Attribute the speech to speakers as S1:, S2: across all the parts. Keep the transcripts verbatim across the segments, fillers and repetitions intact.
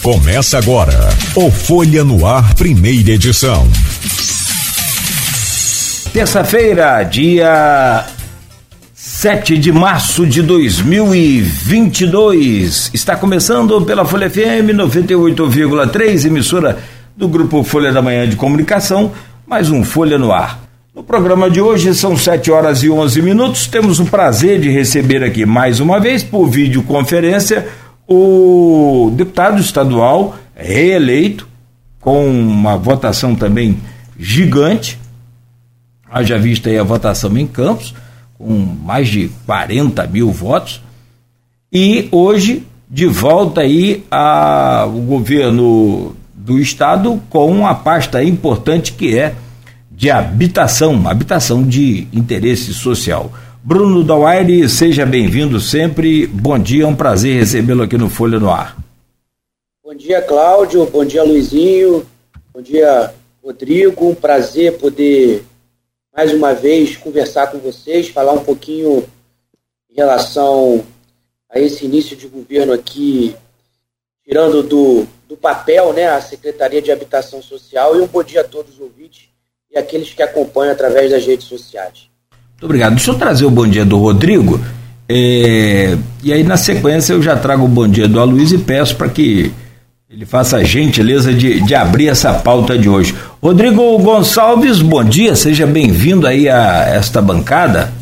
S1: Começa agora o Folha no Ar, primeira edição.
S2: Terça-feira, dia sete de março de dois mil e vinte e dois. Está começando pela Folha F M noventa e oito vírgula três, emissora do Grupo Folha da Manhã de Comunicação, mais um Folha no Ar. No programa de hoje são sete horas e onze minutos. Temos o prazer de receber aqui mais uma vez por videoconferência o deputado estadual reeleito, com uma votação também gigante, haja vista aí a votação em Campos, com mais de quarenta mil votos, e hoje de volta aí ao governo do estado com a pasta importante que é de habitação, habitação de interesse social. Bruno Dauaire, seja bem-vindo sempre, bom dia, é um prazer recebê-lo aqui no Folha no Ar.
S3: Bom dia, Cláudio, bom dia, Luizinho, bom dia, Rodrigo, um prazer poder mais uma vez conversar com vocês, falar um pouquinho em relação a esse início de governo aqui, tirando do, do papel, né, a Secretaria de Habitação Social, e um bom dia a todos os ouvintes e aqueles que acompanham através das redes sociais.
S2: Muito obrigado. Deixa eu trazer o bom dia do Rodrigo, é, e aí na sequência eu já trago o bom dia do Aloysio e peço para que ele faça a gentileza de, de abrir essa pauta de hoje. Rodrigo Gonçalves, bom dia, seja bem-vindo aí a esta bancada.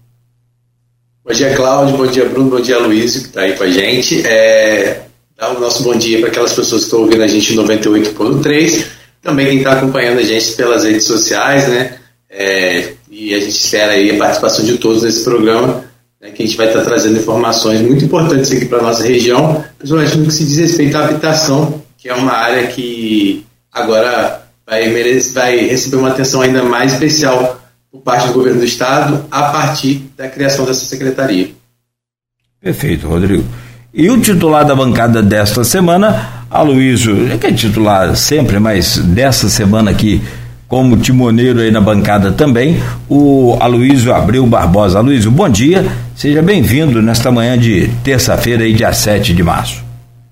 S4: Bom dia, Cláudio, bom dia, Bruno, bom dia, Aloysio, que está aí com a gente. É, dá o nosso bom dia para aquelas pessoas que estão ouvindo a gente em noventa e oito ponto três, também quem está acompanhando a gente pelas redes sociais, né? É, e a gente espera aí a participação de todos nesse programa, né, que a gente vai estar trazendo informações muito importantes aqui para a nossa região, principalmente no que se diz respeito à habitação, que é uma área que agora vai, merece, vai receber uma atenção ainda mais especial por parte do governo do estado a partir da criação dessa secretaria.
S2: Perfeito, Rodrigo. E o titular da bancada desta semana, Aloysio, que é titular sempre, mas dessa semana aqui, como timoneiro aí na bancada também, o Aloysio Abreu Barbosa. Aloysio, bom dia, seja bem-vindo nesta manhã de terça-feira, aí, dia sete de março.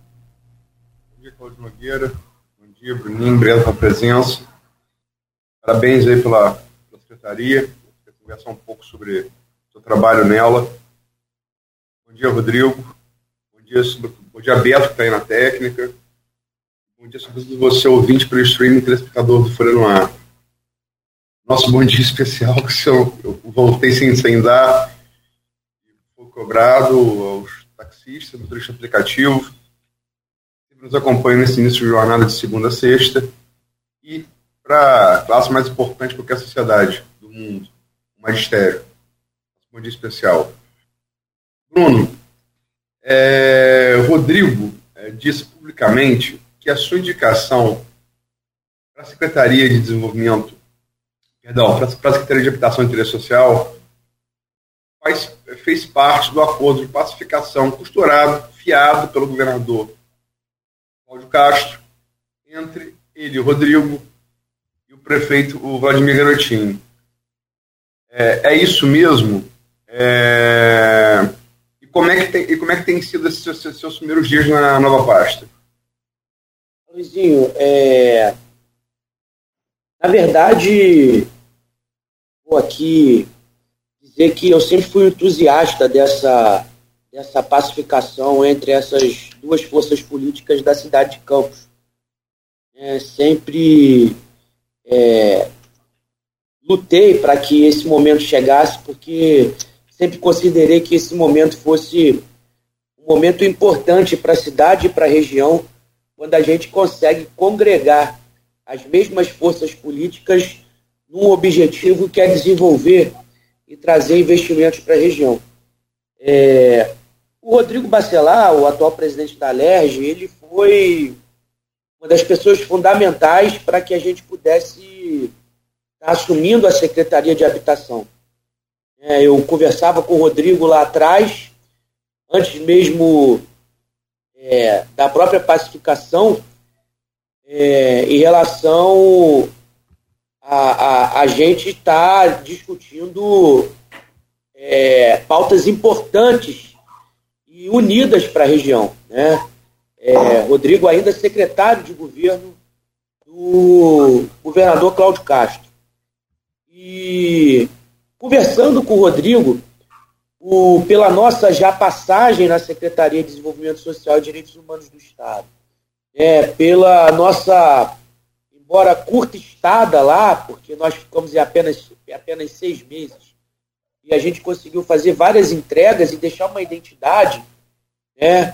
S5: Bom dia, Cláudio Nogueira, bom dia, Bruninho, obrigado pela presença, parabéns aí pela, pela secretaria, vou conversar um pouco sobre o seu trabalho nela. Bom dia, Rodrigo, bom dia, bom dia Beto, que está aí na técnica, bom dia, sobretudo você, ouvinte pelo streaming, telespectador do Folha no Ar. Nosso bom dia especial, que eu, eu voltei sem, sem dar, foi cobrado aos taxistas, motoristas aplicativos, que nos acompanham nesse início de jornada de segunda a sexta, e para a classe mais importante de qualquer sociedade do mundo, o magistério. Nosso bom dia especial. Bruno, é, Rodrigo é, disse publicamente que a sua indicação para a Secretaria de Desenvolvimento Perdão, para a Secretaria de Habitação e Interesse Social, faz, fez parte do acordo de pacificação costurado, fiado pelo governador Cláudio Castro, entre ele, o Rodrigo, e o prefeito, o Vladimir Garotinho. É, é isso mesmo? É, e, como é que tem, e como é que tem sido esses seus, seus primeiros dias na nova pasta?
S3: Luizinho, é... na verdade, vou aqui dizer que eu sempre fui entusiasta dessa, dessa pacificação entre essas duas forças políticas da cidade de Campos. É, sempre é, lutei para que esse momento chegasse, porque sempre considerei que esse momento fosse um momento importante para a cidade e para a região, quando a gente consegue congregar as mesmas forças políticas num objetivo que é desenvolver e trazer investimentos para a região. É, o Rodrigo Bacelar, o atual presidente da Alerj, ele foi uma das pessoas fundamentais para que a gente pudesse estar assumindo a Secretaria de Habitação. É, eu conversava com o Rodrigo lá atrás, antes mesmo é, da própria pacificação, É, em relação a, a, a gente estar tá discutindo é, pautas importantes e unidas para a região, né? É, Rodrigo ainda secretário de governo do governador Cláudio Castro. E conversando com o Rodrigo, o, pela nossa já passagem na Secretaria de Desenvolvimento Social e Direitos Humanos do Estado, é, pela nossa, embora curta estada lá, porque nós ficamos em apenas, em apenas seis meses, e a gente conseguiu fazer várias entregas e deixar uma identidade, né,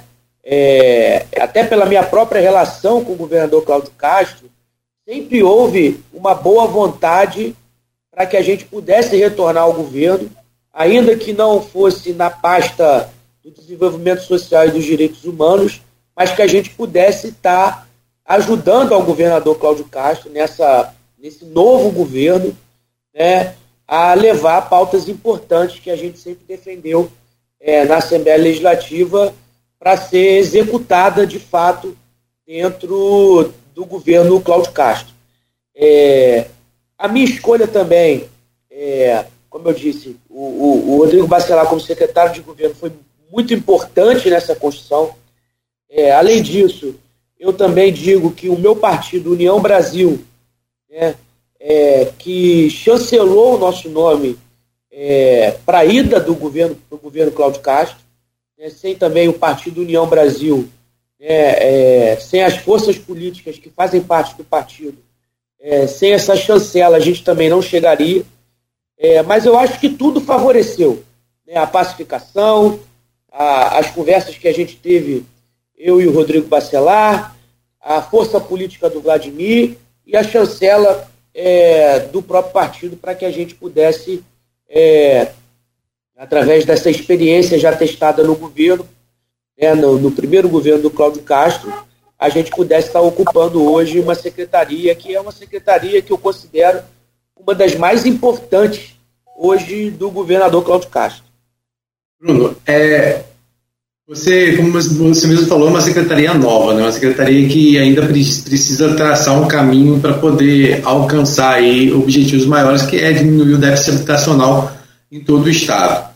S3: é, até pela minha própria relação com o governador Cláudio Castro, sempre houve uma boa vontade para que a gente pudesse retornar ao governo, ainda que não fosse na pasta do desenvolvimento social e dos direitos humanos, mas que a gente pudesse estar ajudando ao governador Cláudio Castro nessa, nesse novo governo, né, a levar pautas importantes que a gente sempre defendeu é, na Assembleia Legislativa para ser executada de fato dentro do governo Cláudio Castro. É, a minha escolha também, é, como eu disse, o, o, o Rodrigo Bacelar como secretário de governo foi muito importante nessa construção. É, além disso, eu também digo que o meu partido, União Brasil, né, é, que chancelou o nosso nome é, para a ida do governo, para o governo Cláudio Castro, né, sem também o partido União Brasil, né, é, sem as forças políticas que fazem parte do partido, é, sem essa chancela a gente também não chegaria. É, mas eu acho que tudo favoreceu, né, a pacificação, a, as conversas que a gente teve, eu e o Rodrigo Bacelar, a força política do Vladimir e a chancela é, do próprio partido para que a gente pudesse, é, através dessa experiência já testada no governo, né, no, no primeiro governo do Cláudio Castro, a gente pudesse estar ocupando hoje uma secretaria que é uma secretaria que eu considero uma das mais importantes hoje do governador Cláudio Castro.
S4: Bruno, é, você, como você mesmo falou, é uma secretaria nova, né? Uma secretaria que ainda precisa traçar um caminho para poder alcançar aí objetivos maiores, que é diminuir o déficit habitacional em todo o Estado.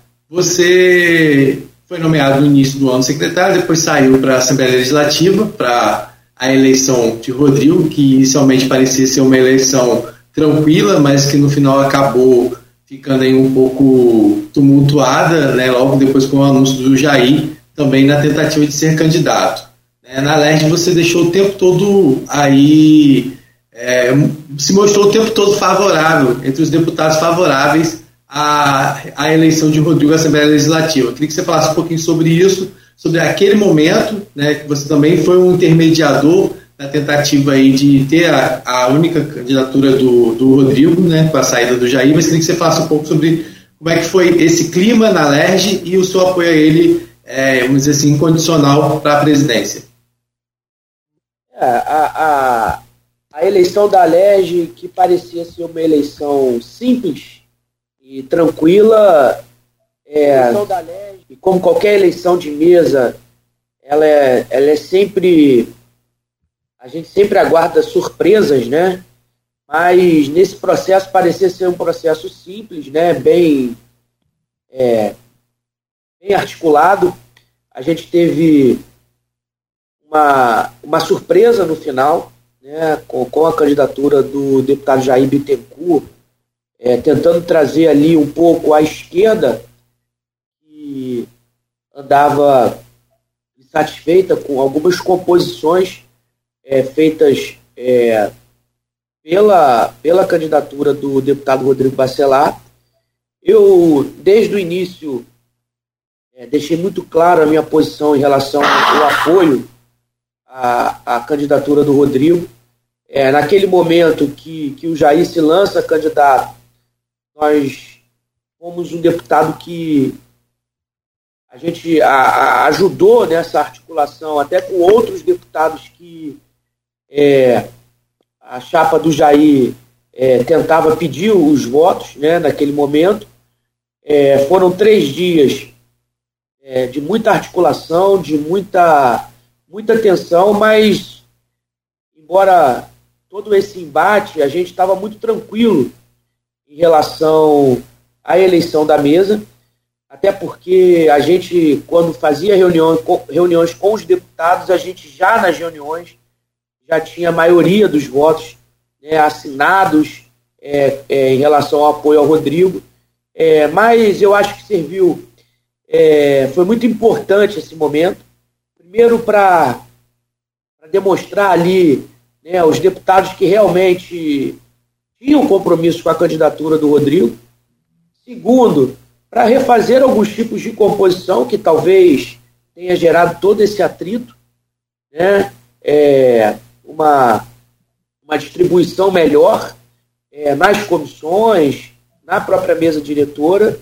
S4: Você foi nomeado no início do ano secretário, depois saiu para a Assembleia Legislativa, para a eleição de Rodrigo, que inicialmente parecia ser uma eleição tranquila, mas que no final acabou ficando aí um pouco tumultuada, né, logo depois com o anúncio do Jair, também na tentativa de ser candidato. É, na L E R J você deixou o tempo todo aí, é, se mostrou o tempo todo favorável, entre os deputados favoráveis à, à eleição de Rodrigo à Assembleia Legislativa. Eu queria que você falasse um pouquinho sobre isso, sobre aquele momento, né, que você também foi um intermediador na tentativa aí de ter a, a única candidatura do, do Rodrigo, né, com a saída do Jair, mas queria que você falasse um pouco sobre como é que foi esse clima na L E R J e o seu apoio a ele, é, vamos dizer assim, incondicional para a presidência.
S3: É, a, a, a eleição da L E R J, que parecia ser uma eleição simples e tranquila, é, a eleição da L E R J, como qualquer eleição de mesa, ela é, ela é sempre... A gente sempre aguarda surpresas, né? Mas nesse processo parecia ser um processo simples, né? Bem, é, bem articulado. A gente teve uma, uma surpresa no final, né? Com, com a candidatura do deputado Jair Bittencourt, é, tentando trazer ali um pouco a esquerda, que andava insatisfeita com algumas composições É, feitas é, pela, pela candidatura do deputado Rodrigo Bacelar. Eu, desde o início, é, deixei muito claro a minha posição em relação ao apoio à, à candidatura do Rodrigo. É, naquele momento que, que o Jair se lança candidato, nós fomos um deputado que a gente a, a ajudou nessa articulação, até com outros deputados que É, a chapa do Jair é, tentava pedir os votos, né, naquele momento. É, foram três dias é, de muita articulação, de muita, muita tensão, mas, embora todo esse embate, a gente estava muito tranquilo em relação à eleição da mesa. até porque a gente, quando fazia reunião, reuniões com os deputados, a gente já nas reuniões já tinha a maioria dos votos, né, assinados é, é, em relação ao apoio ao Rodrigo, é, mas eu acho que serviu, é, foi muito importante esse momento, primeiro para demonstrar ali, né, os deputados que realmente tinham compromisso com a candidatura do Rodrigo, segundo, para refazer alguns tipos de composição que talvez tenha gerado todo esse atrito, né, é, uma, uma distribuição melhor é, nas comissões, na própria mesa diretora,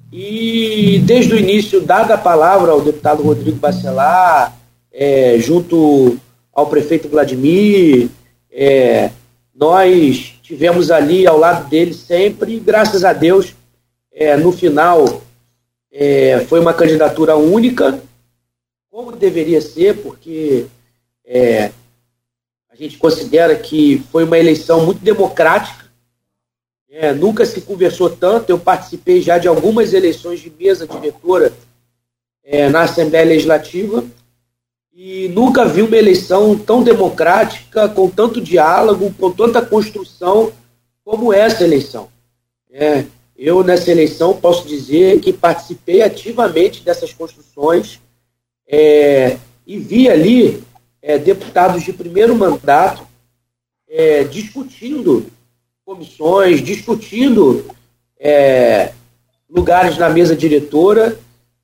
S3: e desde o início, dada a palavra ao deputado Rodrigo Bacelar, é, junto ao prefeito Vladimir, é, nós tivemos ali ao lado dele sempre, e graças a Deus, é, no final, é, foi uma candidatura única, como deveria ser, porque é, a gente considera que foi uma eleição muito democrática, é, nunca se conversou tanto, eu participei já de algumas eleições de mesa diretora é, na Assembleia Legislativa, e nunca vi uma eleição tão democrática, com tanto diálogo, com tanta construção, como essa eleição. É, eu, nessa eleição, posso dizer que participei ativamente dessas construções é, e vi ali é, deputados de primeiro mandato é, discutindo comissões, discutindo é, lugares na mesa diretora,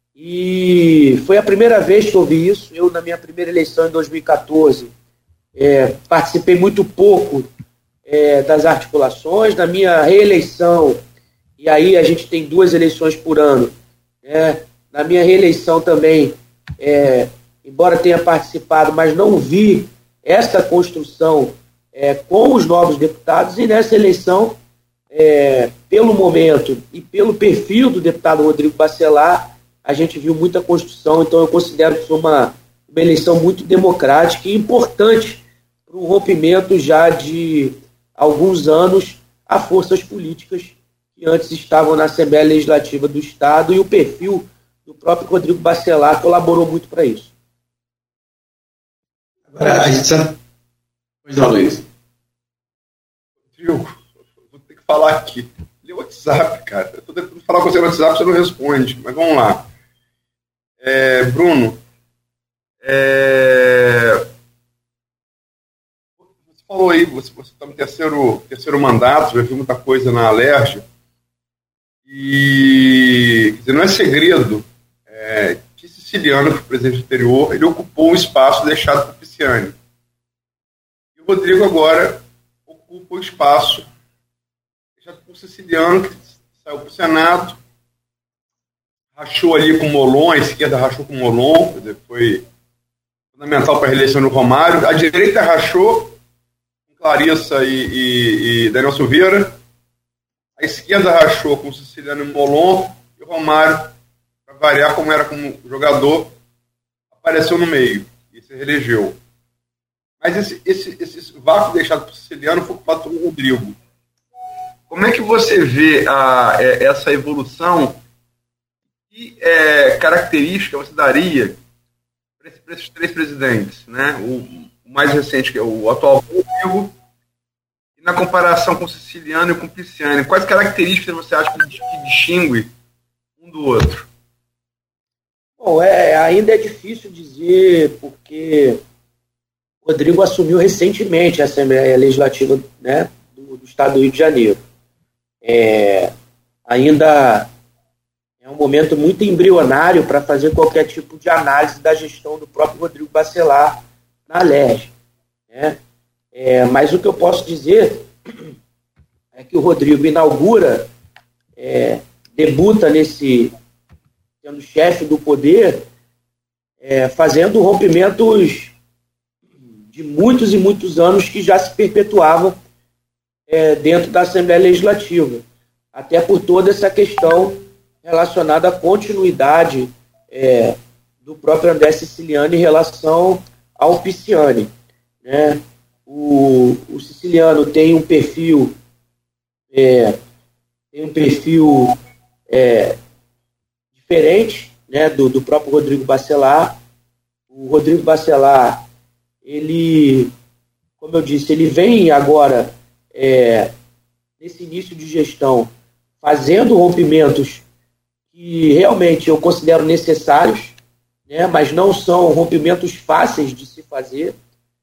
S3: e foi a primeira vez que eu vi isso. Eu, na minha primeira eleição em dois mil e quatorze, é, participei muito pouco é, das articulações. Na minha reeleição, e aí a gente tem duas eleições por ano, né? Na minha reeleição também, é, embora tenha participado, mas não vi essa construção é, com os novos deputados, e nessa eleição, é, pelo momento e pelo perfil do deputado Rodrigo Bacelar, a gente viu muita construção. Então eu considero que foi uma, uma eleição muito democrática e importante para um rompimento já de alguns anos a forças políticas que antes estavam na Assembleia Legislativa do Estado, e o perfil do próprio Rodrigo Bacelar colaborou muito para isso.
S4: Agora, a gente sabe... Pois não, Luiz.
S5: Rodrigo, vou ter que falar aqui. Lê o WhatsApp, cara. Eu estou tentando falar com você no WhatsApp, você não responde. Mas vamos lá. É, Bruno, é, você falou aí, você está no terceiro, terceiro mandato, já viu muita coisa na Alerj, e quer dizer, não é segredo é, que Siciliano, que foi o presidente anterior, ele ocupou um espaço deixado por Pisciani. E o Rodrigo agora ocupa o espaço deixado por Siciliano, que saiu para o Senado, rachou ali com o Molon, a esquerda rachou com o Molon, quer dizer, foi fundamental para a reeleição do Romário. A direita rachou com Clarissa e, e, e Daniel Silveira. A esquerda rachou com o Siciliano e Molon, e o Romário, para variar como era como jogador, apareceu no meio e se reelegeu. Mas esse, esse, esse vácuo deixado por Siciliano foi ocupado pelo Rodrigo. Como é que você vê a, essa evolução? Que é, característica você daria para esse, esses três presidentes, né? O, o mais recente, que é o atual Rodrigo, e na comparação com o Siciliano e com o Pisciani, quais características você acha que, que distingue um do outro?
S3: Bom, é, ainda é difícil dizer, porque o Rodrigo assumiu recentemente a Assembleia Legislativa, né, do, do Estado do Rio de Janeiro. É, ainda... É um momento muito embrionário para fazer qualquer tipo de análise da gestão do próprio Rodrigo Bacelar na Alerj, né? É, mas o que eu posso dizer é que o Rodrigo inaugura, é, debuta nesse, sendo chefe do poder, é, fazendo rompimentos de muitos e muitos anos que já se perpetuavam é, dentro da Assembleia Legislativa, até por toda essa questão relacionada à continuidade é, do próprio André Siciliano em relação ao Pisciani, né? O, o Siciliano tem um perfil é, tem um perfil é, diferente, né, do, do próprio Rodrigo Bacelar. O Rodrigo Bacelar, ele, como eu disse, ele vem agora, é, nesse início de gestão, fazendo rompimentos que realmente eu considero necessários, né, mas não são rompimentos fáceis de se fazer,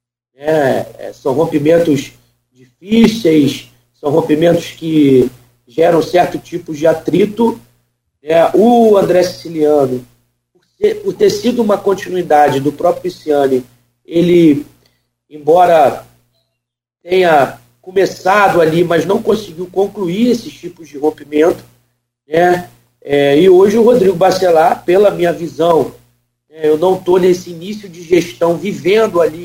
S3: né, são rompimentos difíceis, são rompimentos que geram certo tipo de atrito. Né. O André Siciliano, por, ser, por ter sido uma continuidade do próprio Pisciani, ele, embora tenha começado ali, mas não conseguiu concluir esses tipos de rompimento, né? É, e hoje o Rodrigo Bacelar, pela minha visão, é, eu não estou nesse início de gestão vivendo ali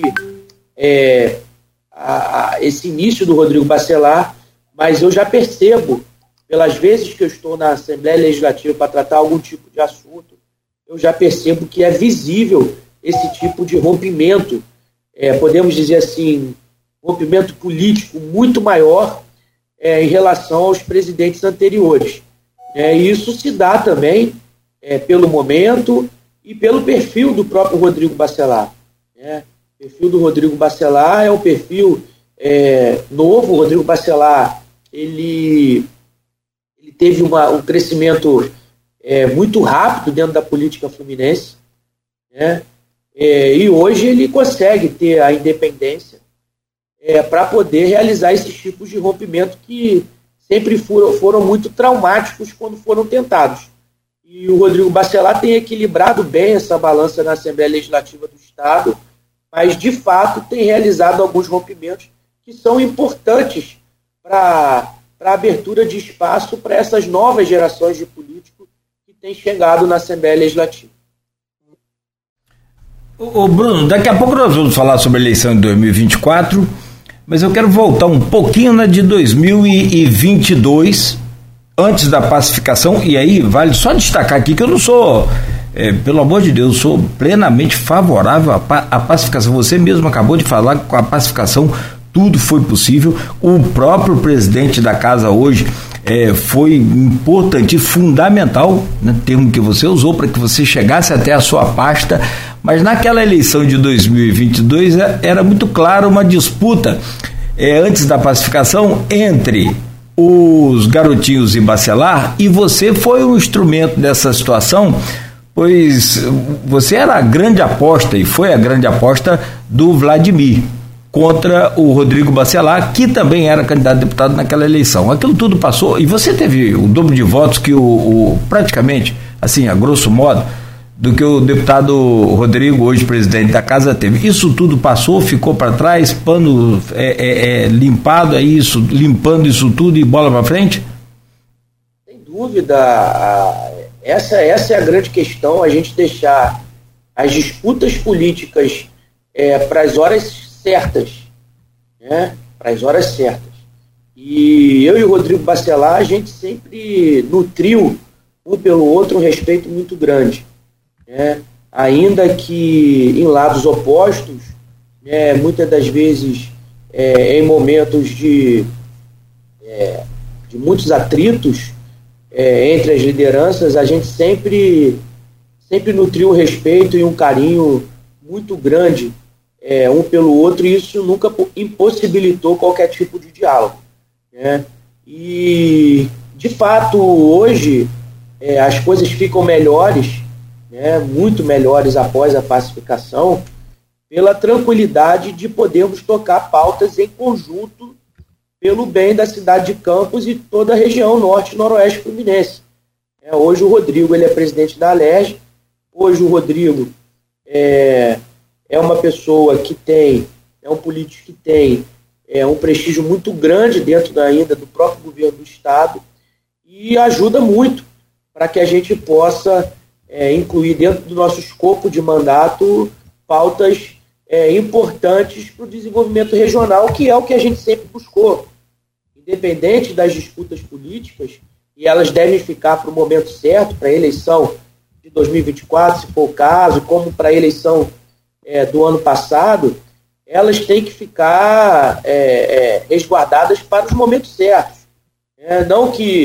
S3: é, a, a, esse início do Rodrigo Bacelar, mas eu já percebo, pelas vezes que eu estou na Assembleia Legislativa para tratar algum tipo de assunto, eu já percebo que é visível esse tipo de rompimento, é, podemos dizer assim, rompimento político muito maior é, em relação aos presidentes anteriores. É, isso se dá também é, pelo momento e pelo perfil do próprio Rodrigo Bacelar. Né? O perfil do Rodrigo Bacelar é um perfil é, novo. O Rodrigo Bacelar ele, ele teve uma, um crescimento é, muito rápido dentro da política fluminense, né? É, e hoje ele consegue ter a independência é, para poder realizar esses tipos de rompimento que sempre foram, foram muito traumáticos quando foram tentados. E o Rodrigo Bacelar tem equilibrado bem essa balança na Assembleia Legislativa do Estado, mas, de fato, tem realizado alguns rompimentos que são importantes para a abertura de espaço para essas novas gerações de políticos que têm chegado na Assembleia Legislativa.
S2: Ô Bruno, daqui a pouco nós vamos falar sobre a eleição de dois mil e vinte e quatro, mas eu quero voltar um pouquinho na de dois mil e vinte e dois, antes da pacificação, e aí vale só destacar aqui que eu não sou, é, pelo amor de Deus, sou plenamente favorável à, à pacificação. Você mesmo acabou de falar que com a pacificação tudo foi possível. O próprio presidente da casa hoje é, foi importante e fundamental, né, termo que você usou, para que você chegasse até a sua pasta. Mas naquela eleição de dois mil e vinte e dois era muito claro uma disputa é, antes da pacificação entre os garotinhos e Bacelar, e você foi um instrumento dessa situação, pois você era a grande aposta, e foi a grande aposta do Vladimir contra o Rodrigo Bacelar, que também era candidato a deputado naquela eleição. Aquilo tudo passou e você teve o dobro de votos que o, o praticamente, assim, a grosso modo, do que o deputado Rodrigo, hoje presidente da casa, teve. Isso tudo passou, ficou para trás, pano é, é, é, limpado, é isso, limpando isso tudo e bola para frente?
S3: Sem dúvida, a, essa, essa é a grande questão, a gente deixar as disputas políticas é, para as horas certas, né? Para as horas certas. E eu e o Rodrigo Bacelar, a gente sempre nutriu um pelo outro um respeito muito grande. É, ainda que em lados opostos, é, muitas das vezes é, em momentos de, é, de muitos atritos é, entre as lideranças, a gente sempre, sempre nutriu um respeito e um carinho muito grande é, um pelo outro, e isso nunca impossibilitou qualquer tipo de diálogo. Né? E, de fato, hoje é, as coisas ficam melhores, né, muito melhores após a pacificação, pela tranquilidade de podermos tocar pautas em conjunto pelo bem da cidade de Campos e toda a região norte e noroeste fluminense. É, hoje o Rodrigo ele é presidente da Alerj, hoje o Rodrigo é, é uma pessoa que tem, é um político que tem é, um prestígio muito grande dentro da, ainda do próprio governo do Estado, e ajuda muito para que a gente possa É, incluir dentro do nosso escopo de mandato pautas é, importantes para o desenvolvimento regional, que é o que a gente sempre buscou. Independente das disputas políticas, e elas devem ficar para o momento certo, para a eleição de dois mil e vinte e quatro, se for o caso, como para a eleição é, do ano passado, elas têm que ficar é, é, resguardadas para os momentos certos. É, não que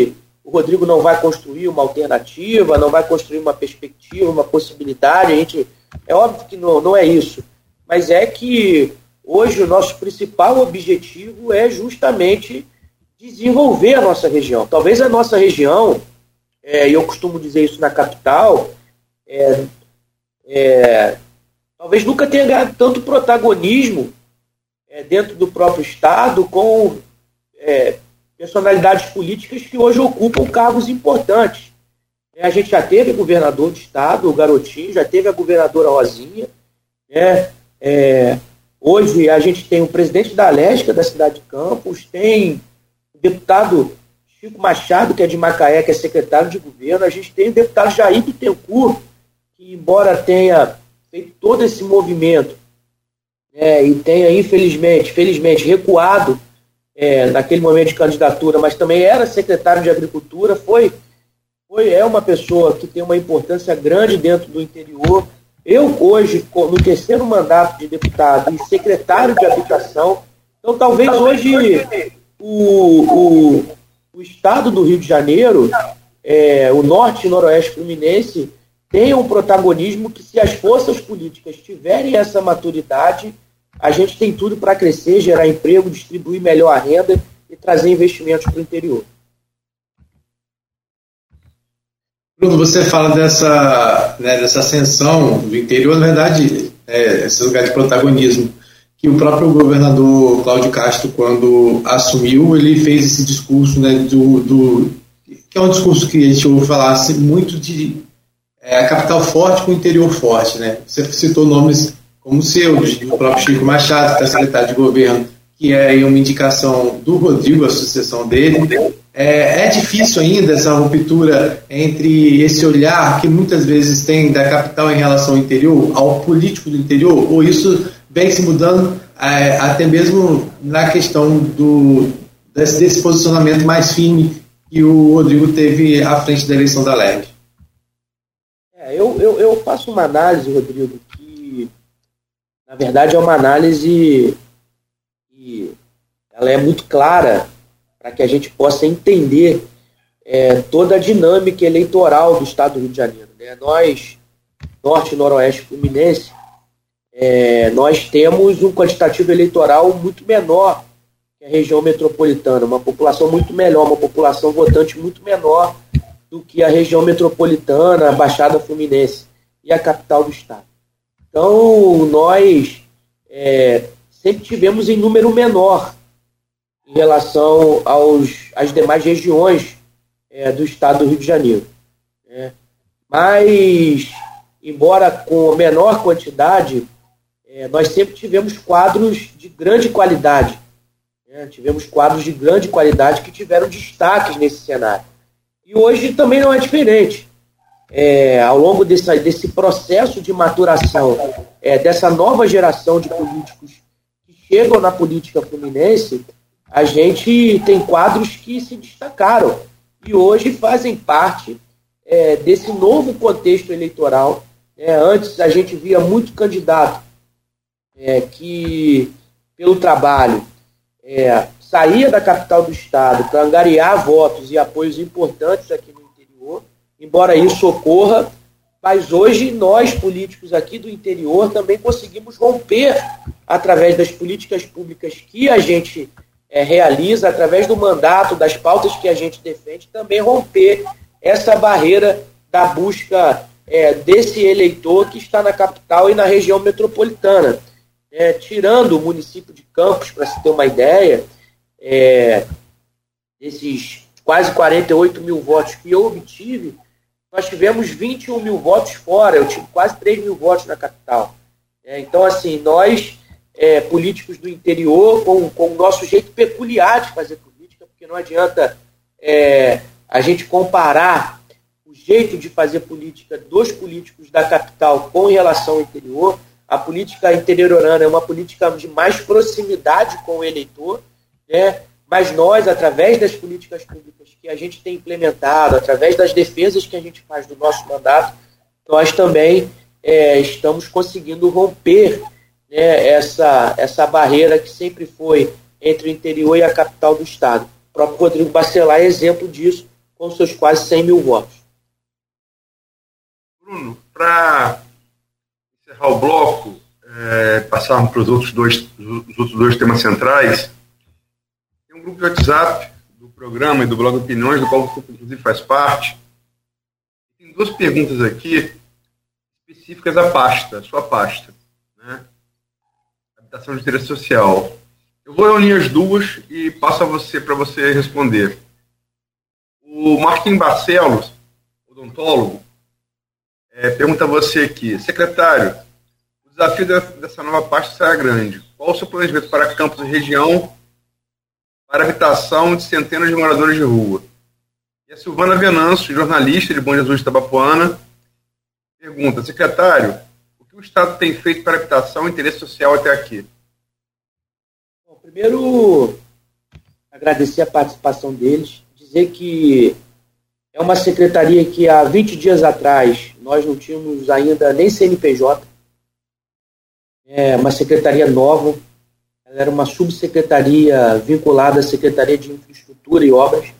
S3: o Rodrigo não vai construir uma alternativa, não vai construir uma perspectiva, uma possibilidade. A gente, é óbvio que não, não é isso, mas é que hoje o nosso principal objetivo é justamente desenvolver a nossa região. Talvez a nossa região, é, e eu costumo dizer isso na capital, é, é, talvez nunca tenha ganhado tanto protagonismo é, dentro do próprio Estado com é, personalidades políticas que hoje ocupam cargos importantes. É, a gente já teve governador do Estado, o Garotinho, já teve a governadora Rosinha. É, é, hoje a gente tem o presidente da Alesca, da cidade de Campos, tem o deputado Chico Machado, que é de Macaé, que é secretário de governo. A gente tem o deputado Jair Bittencourt, que embora tenha feito todo esse movimento é, e tenha, infelizmente, felizmente, recuado é, naquele momento de candidatura, mas também era secretário de Agricultura, foi, foi, é uma pessoa que tem uma importância grande dentro do interior. Eu, hoje, no terceiro mandato de deputado e secretário de Habitação, então talvez hoje o, o, o estado do Rio de Janeiro, é, o norte e noroeste fluminense, tenham um protagonismo que, se as forças políticas tiverem essa maturidade, a gente tem tudo para crescer, gerar emprego, distribuir melhor a renda e trazer investimentos para o interior.
S4: Bruno, você fala dessa, né, dessa ascensão do interior, na verdade, é, esse lugar de protagonismo, que o próprio governador Cláudio Castro, quando assumiu, ele fez esse discurso, né, do, do, que é um discurso que a gente ouve falar assim, muito de é, a capital forte com o interior forte. Né? Você citou nomes como o seu, do próprio Chico Machado, que é secretário de governo, que é uma indicação do Rodrigo, a sucessão dele. É, é difícil ainda essa ruptura entre esse olhar que muitas vezes tem da capital em relação ao interior, ao político do interior, ou isso vem se mudando é, até mesmo na questão do, desse, desse posicionamento mais firme que o Rodrigo teve à frente da eleição da L E R?
S3: É, eu, eu, eu faço uma análise, Rodrigo, que na verdade é uma análise que ela é muito clara para que a gente possa entender é, toda a dinâmica eleitoral do estado do Rio de Janeiro. Né? Nós, Norte e Noroeste Fluminense, é, nós temos um quantitativo eleitoral muito menor que a região metropolitana, uma população muito menor, uma população votante muito menor do que a região metropolitana, a Baixada Fluminense e a capital do estado. Então, nós é, sempre tivemos em número menor em relação aos, às demais regiões é, do estado do Rio de Janeiro. Né? Mas, embora com menor quantidade, é, nós sempre tivemos quadros de grande qualidade. Né? Tivemos quadros de grande qualidade que tiveram destaques nesse cenário. E hoje também não é diferente. É, ao longo desse, desse processo de maturação é, dessa nova geração de políticos que chegam na política fluminense, a gente tem quadros que se destacaram e hoje fazem parte é, desse novo contexto eleitoral. É, antes a gente via muito candidato é, que, pelo trabalho, é, saía da capital do estado para angariar votos e apoios importantes aqui no interior, embora isso ocorra, mas hoje nós, políticos aqui do interior, também conseguimos romper, através das políticas públicas que a gente é, realiza, através do mandato, das pautas que a gente defende, também romper essa barreira da busca é, desse eleitor que está na capital e na região metropolitana. É, tirando o município de Campos, para se ter uma ideia, é, desses quase quarenta e oito mil votos que eu obtive, nós tivemos vinte e um mil votos fora, eu tive quase três mil votos na capital. É, então, assim, nós, é, políticos do interior, com, com o nosso jeito peculiar de fazer política, porque não adianta é, a gente comparar o jeito de fazer política dos políticos da capital com relação ao interior. A política interiorana é uma política de mais proximidade com o eleitor, né? Mas nós, através das políticas públicas que a gente tem implementado, através das defesas que a gente faz do nosso mandato, nós também é, estamos conseguindo romper, né, essa, essa barreira que sempre foi entre o interior e a capital do estado. O próprio Rodrigo Bacelar é exemplo disso, com seus quase cem mil votos.
S5: Bruno, para encerrar o bloco, é, passarmos para os outros dois, os outros dois temas centrais, tem um grupo de WhatsApp do programa e do blog Opiniões, do qual você inclusive faz parte. Tem duas perguntas aqui específicas à pasta, à sua pasta, né? Habitação de interesse social. Eu vou reunir as duas e passo a você para você responder. O Marquinhos Barcelos, odontólogo, é, pergunta a você aqui, secretário, o desafio dessa nova pasta será grande. Qual o seu planejamento para campos e região para habitação de centenas de moradores de rua? E a Silvana Venâncio, jornalista de Bom Jesus de Itabapoana, pergunta, secretário, o que o Estado tem feito para habitação e interesse social até aqui?
S3: Bom, primeiro, agradecer a participação deles, dizer que é uma secretaria que há vinte dias atrás nós não tínhamos ainda nem C N P J, é uma secretaria nova, ela era uma subsecretaria vinculada à Secretaria de Infraestrutura e Obras.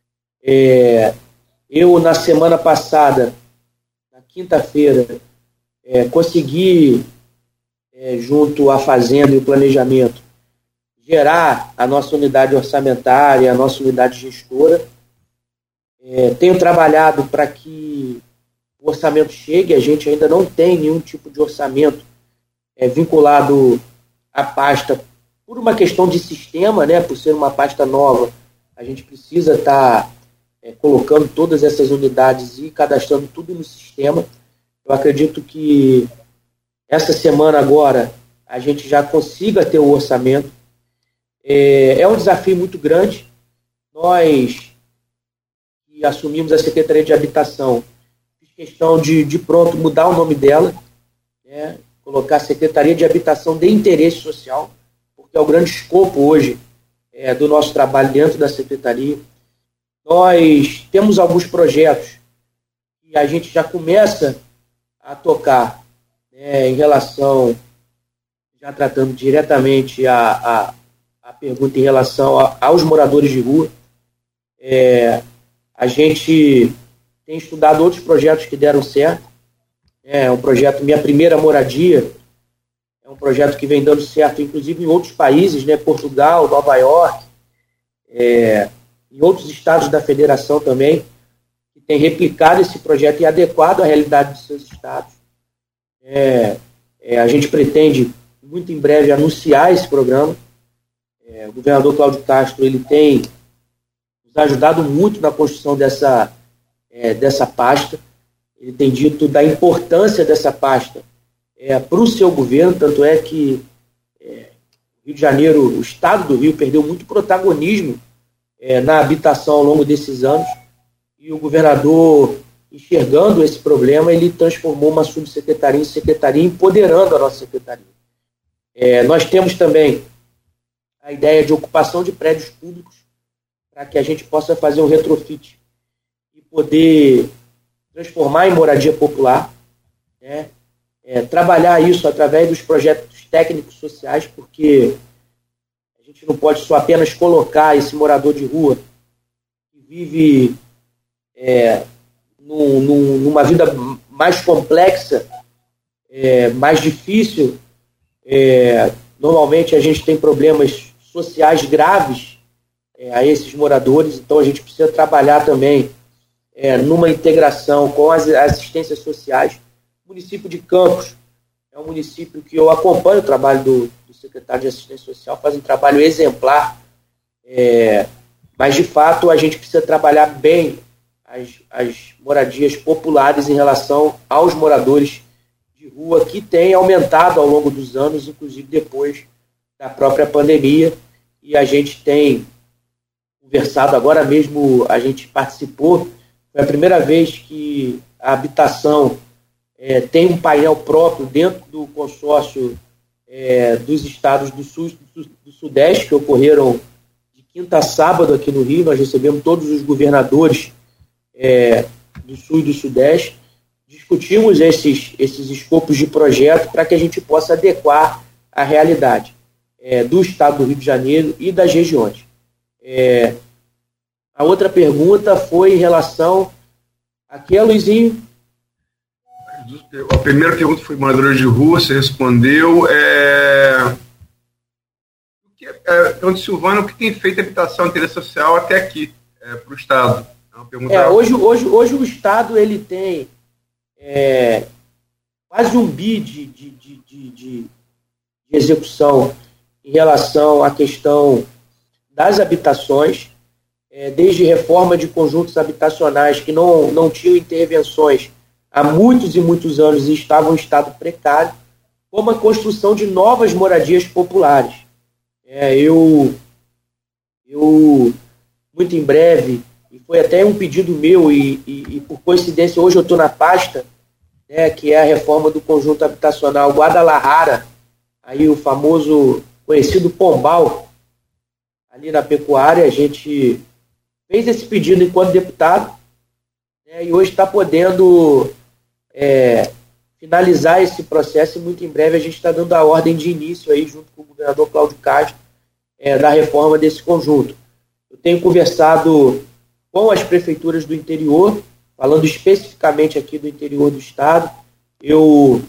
S3: É, eu, na semana passada, na quinta-feira, é, consegui, é, junto à Fazenda e o Planejamento, gerar a nossa unidade orçamentária, a nossa unidade gestora. É, tenho trabalhado para que o orçamento chegue, a gente ainda não tem nenhum tipo de orçamento é, vinculado à pasta por uma questão de sistema, né, por ser uma pasta nova, a gente precisa estar tá, é, colocando todas essas unidades e cadastrando tudo no sistema. Eu acredito que essa semana agora a gente já consiga ter o orçamento. É, é um desafio muito grande. Nós que assumimos a Secretaria de Habitação, fiz questão de, de pronto mudar o nome dela, né, colocar Secretaria de Habitação de Interesse Social, porque é o grande escopo hoje é, do nosso trabalho dentro da Secretaria. Nós temos alguns projetos que a gente já começa a tocar, né, em relação, já tratando diretamente a, a, a pergunta em relação a, aos moradores de rua. É, a gente tem estudado outros projetos que deram certo. É um projeto Minha Primeira Moradia, é um projeto que vem dando certo, inclusive em outros países, né, Portugal, Nova York, é, em outros estados da federação também, que tem replicado esse projeto e adequado à realidade dos seus estados. É, é, a gente pretende, muito em breve, anunciar esse programa. É, o governador Cláudio Castro ele tem nos ajudado muito na construção dessa, é, dessa pasta. Ele tem dito da importância dessa pasta é, para o seu governo, tanto é que é, o Rio de Janeiro, o estado do Rio, perdeu muito protagonismo é, na habitação ao longo desses anos, e o governador, enxergando esse problema, ele transformou uma subsecretaria em secretaria, empoderando a nossa secretaria. É, nós temos também a ideia de ocupação de prédios públicos, para que a gente possa fazer um retrofit e poder transformar em moradia popular, né? É, trabalhar isso através dos projetos técnicos sociais, porque a gente não pode só apenas colocar esse morador de rua que vive é, num, num, numa vida mais complexa, é, mais difícil. É, normalmente a gente tem problemas sociais graves é, a esses moradores, então a gente precisa trabalhar também é, numa integração com as assistências sociais. O município de Campos é um município que eu acompanho o trabalho do, do secretário de Assistência Social, faz um trabalho exemplar, é, mas de fato a gente precisa trabalhar bem as, as moradias populares em relação aos moradores de rua, que tem aumentado ao longo dos anos, inclusive depois da própria pandemia, e a gente tem conversado, agora mesmo a gente participou, foi a primeira vez que a habitação é, tem um painel próprio dentro do consórcio é, dos estados do Sul e do, do Sudeste, que ocorreram de quinta a sábado aqui no Rio. Nós recebemos todos os governadores é, do Sul e do Sudeste, discutimos esses, esses escopos de projeto para que a gente possa adequar a realidade é, do estado do Rio de Janeiro e das regiões. É, A outra pergunta foi em relação a quê, Luizinho?
S5: A primeira pergunta foi moradores de rua, você respondeu. É... O que é, é, Silvano, o que tem feito a habitação de interesse social até aqui, é, para o Estado? É uma pergunta...
S3: é, hoje, hoje, hoje o Estado ele tem é, quase um bi de, de, de, de, de execução em relação à questão das habitações, é, desde reforma de conjuntos habitacionais que não, não tinham intervenções há muitos e muitos anos e estavam em estado precário, como a construção de novas moradias populares. É, eu, eu, muito em breve, e foi até um pedido meu, e, e, e por coincidência hoje eu estou na pasta, né, que é a reforma do conjunto habitacional Guadalajara, aí o famoso, conhecido Pombal, ali na pecuária. A gente fez esse pedido enquanto deputado, né, e hoje está podendo é, finalizar esse processo, e muito em breve a gente está dando a ordem de início aí, junto com o governador Cláudio Castro, é, da reforma desse conjunto. Eu tenho conversado com as prefeituras do interior, falando especificamente aqui do interior do estado. Eu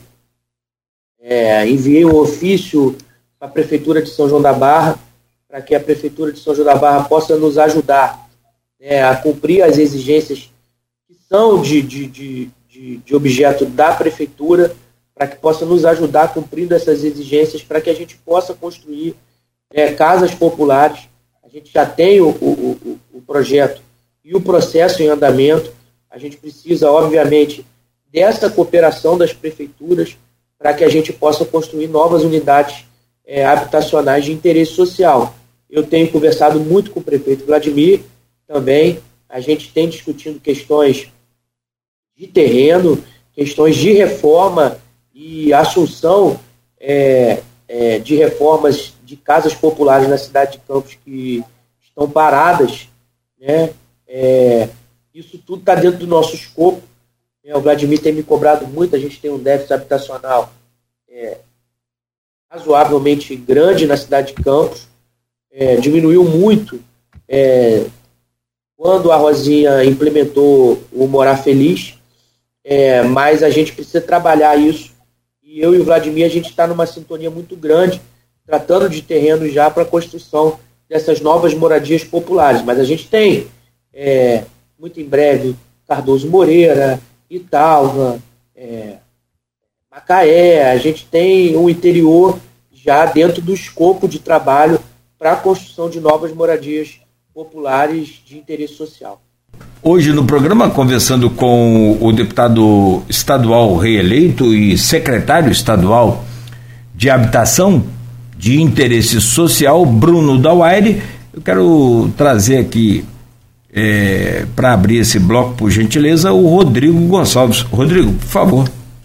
S3: é, enviei um ofício para a Prefeitura de São João da Barra, para que a Prefeitura de São João da Barra possa nos ajudar, né, a cumprir as exigências que são de, de, de, de, de objeto da Prefeitura, para que possa nos ajudar cumprindo essas exigências, para que a gente possa construir é, casas populares. A gente já tem o, o, o, o projeto e o processo em andamento. A gente precisa, obviamente, dessa cooperação das prefeituras para que a gente possa construir novas unidades é, habitacionais de interesse social. Eu tenho conversado muito com o prefeito Vladimir também. A gente tem discutido questões de terreno, questões de reforma e assunção é, é, de reformas de casas populares na cidade de Campos que estão paradas, né? É, isso tudo está dentro do nosso escopo. É, o Vladimir tem me cobrado muito. A gente tem um déficit habitacional é, razoavelmente grande na cidade de Campos. É, diminuiu muito é, quando a Rosinha implementou o Morar Feliz, é, mas a gente precisa trabalhar isso. E eu e o Vladimir, a gente está numa sintonia muito grande, tratando de terrenos já para a construção dessas novas moradias populares. Mas a gente tem, é, muito em breve, Cardoso Moreira, Italva, é, Macaé. A gente tem o interior já dentro do escopo de trabalho para a construção de novas moradias populares de interesse social.
S2: Hoje no programa, conversando com o deputado estadual reeleito e secretário estadual de Habitação de Interesse Social, Bruno Dauaire, eu quero trazer aqui, é, para abrir esse bloco, por gentileza, o Rodrigo Gonçalves. Rodrigo, por favor.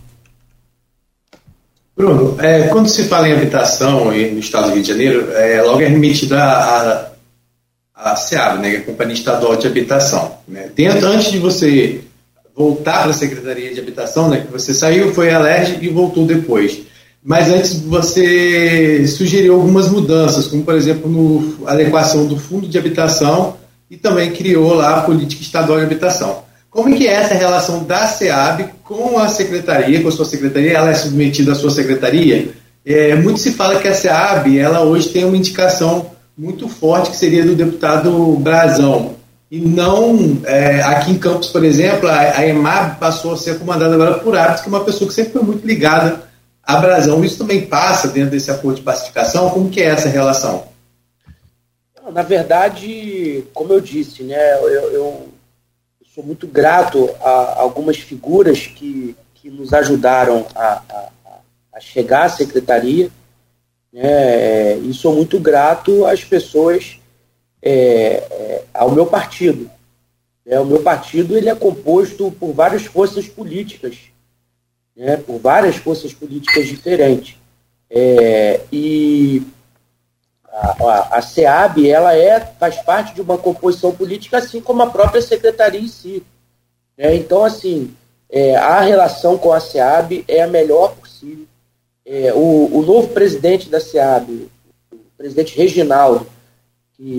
S4: Bruno, é, quando se fala em habitação no estado do Rio de Janeiro, é, logo é remetida a, a, a SEAB, né, a Companhia Estadual de Habitação. Né? Dentro, antes de você voltar para a Secretaria de Habitação, né, que você saiu, foi a LERJ e voltou depois. Mas antes você sugeriu algumas mudanças, como, por exemplo, no, a adequação do Fundo de Habitação, e também criou lá a Política Estadual de Habitação. Como é que é essa relação da SEAB com a Secretaria, com a sua Secretaria? Ela é submetida à sua Secretaria? É, muito se fala que a SEAB, ela hoje tem uma indicação muito forte, que seria do deputado Brazão. E não, é, aqui em Campos, por exemplo, a, a EMAB passou a ser comandada agora por Hábitos, que é uma pessoa que sempre foi muito ligada a Brazão. Isso também passa dentro desse acordo de pacificação? Como que é essa relação?
S3: Na verdade, como eu disse, né, eu, eu sou muito grato a algumas figuras que, que nos ajudaram a, a, a chegar à secretaria, né, e sou muito grato às pessoas, é, é, ao meu partido. É, o meu partido ele é composto por várias forças políticas, né, por várias forças políticas diferentes. É, e A, a, a SEAB, ela é, faz parte de uma composição política, assim como a própria secretaria em si. Né? Então, assim, é, a relação com a SEAB é a melhor possível. É, o, o novo presidente da SEAB, o presidente Reginaldo, que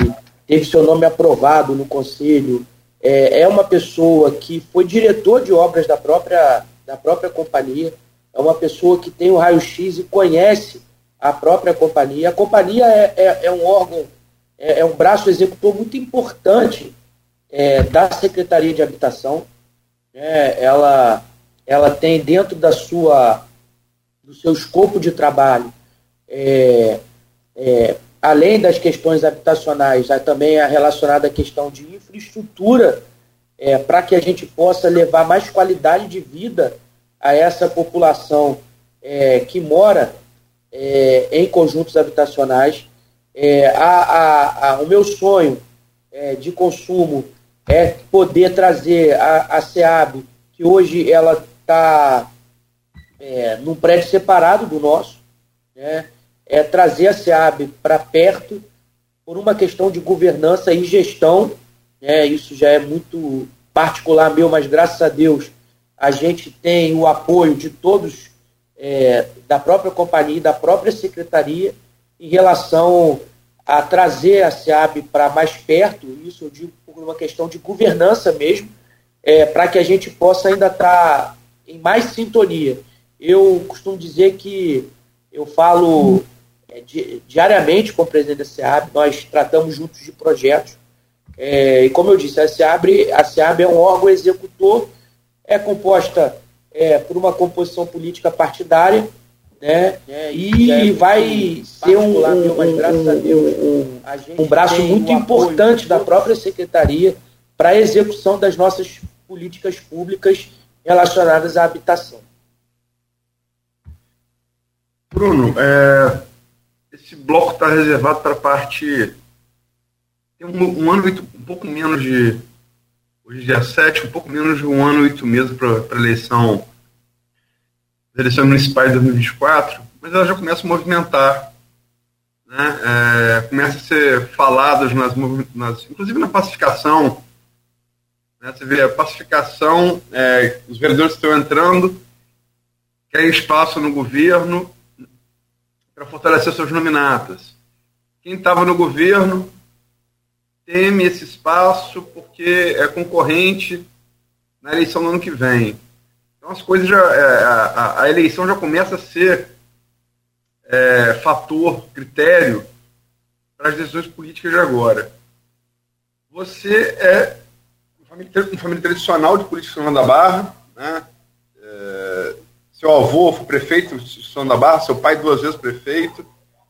S3: teve seu nome aprovado no conselho, é, é uma pessoa que foi diretor de obras da própria, da própria companhia, é uma pessoa que tem o raio-x e conhece a própria companhia. A companhia é, é, é um órgão, é, é um braço executor muito importante é, da Secretaria de Habitação. É, ela, ela tem dentro da sua, do seu escopo de trabalho, é, é, além das questões habitacionais, também é relacionada à questão de infraestrutura, é, para que a gente possa levar mais qualidade de vida a essa população é, que mora é, em conjuntos habitacionais. É, a, a, a, o meu sonho é, de consumo é poder trazer a, a SEAB, que hoje ela está é, num prédio separado do nosso, né? É trazer a SEAB para perto por uma questão de governança e gestão, né? Isso já é muito particular meu, mas graças a Deus a gente tem o apoio de todos, é, da própria companhia e da própria secretaria em relação a trazer a SEAB para mais perto. Isso eu digo por uma questão de governança mesmo, é, para que a gente possa ainda estar tá em mais sintonia. Eu costumo dizer que eu falo é, di, diariamente com o presidente da SEAB, nós tratamos juntos de projetos, é, e como eu disse, a SEAB, a SEAB é um órgão executor, é composta é, por uma composição política partidária, né? É, e é vai ser um, um, mas, graças a Deus, um, um, um braço muito importante da própria secretaria para a execução das nossas políticas públicas relacionadas à habitação.
S5: Bruno, é, esse bloco está reservado para a parte... Tem um, um ano e um pouco menos de... Hoje, dia sete, um pouco menos de um ano e oito meses para a eleição, as eleições municipais de dois mil e vinte e quatro, mas ela já começa a movimentar, né? É, começa a ser faladas, nas, nas, inclusive na pacificação, né? Você vê a pacificação, é, os vereadores estão entrando, querem espaço no governo para fortalecer suas nominatas. Quem estava no governo teme esse espaço porque é concorrente na eleição do ano que vem. Então as coisas já, é, a, a eleição já começa a ser é, fator, critério para as decisões políticas de agora. Você é uma família, uma família tradicional de política de São João da Barra, né? É, seu avô foi prefeito de São João da Barra, seu pai duas vezes prefeito.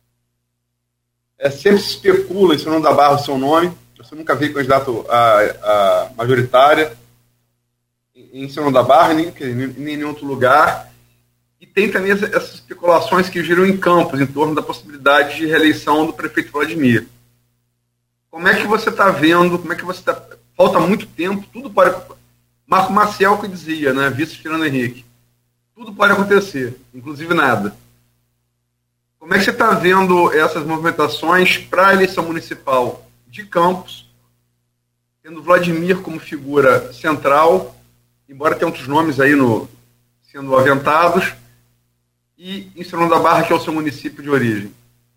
S5: É, sempre se especula em São João da Barra o seu nome. Você nunca veio candidato a, a majoritária em São João da Barra, nem, nem, nem em outro lugar. E tem também essas especulações que giram em Campos, em torno da possibilidade de reeleição do prefeito Vladimir. Como é que você está vendo, como é que você está... Falta muito tempo, tudo pode... Marco Maciel que dizia, né, vice Fernando Henrique, tudo pode acontecer, inclusive nada. Como é que você está vendo essas movimentações para a eleição municipal de Campos, tendo Vladimir como figura central, embora tenha outros nomes aí no, sendo aventados, e em São João da Barra, que é o seu município de origem?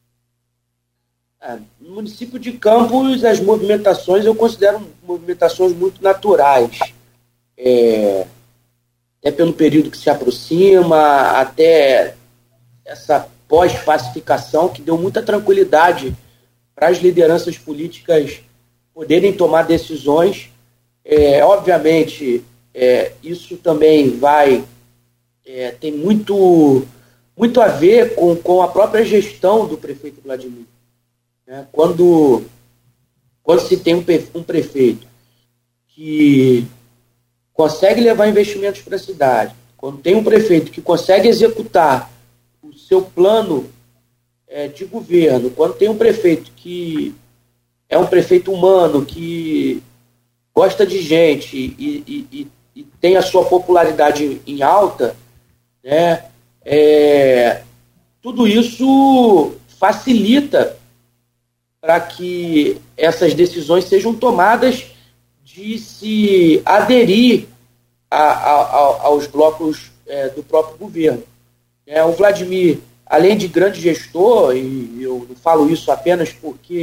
S3: É, no município de Campos, as movimentações eu considero movimentações muito naturais. É, até pelo período que se aproxima, até essa pós-pacificação, que deu muita tranquilidade para as lideranças políticas poderem tomar decisões. É, obviamente, é, isso também vai é, tem muito, muito a ver com, com a própria gestão do prefeito Vladimir. Né? Quando, quando se tem um, um prefeito que consegue levar investimentos para a cidade, quando tem um prefeito que consegue executar o seu plano é, de governo, quando tem um prefeito que é um prefeito humano, que gosta de gente e, e, e, e tem a sua popularidade em alta, né, é, tudo isso facilita para que essas decisões sejam tomadas de se aderir a, a, a, aos blocos é, do próprio governo. É, o Vladimir, além de grande gestor, e eu não falo isso apenas porque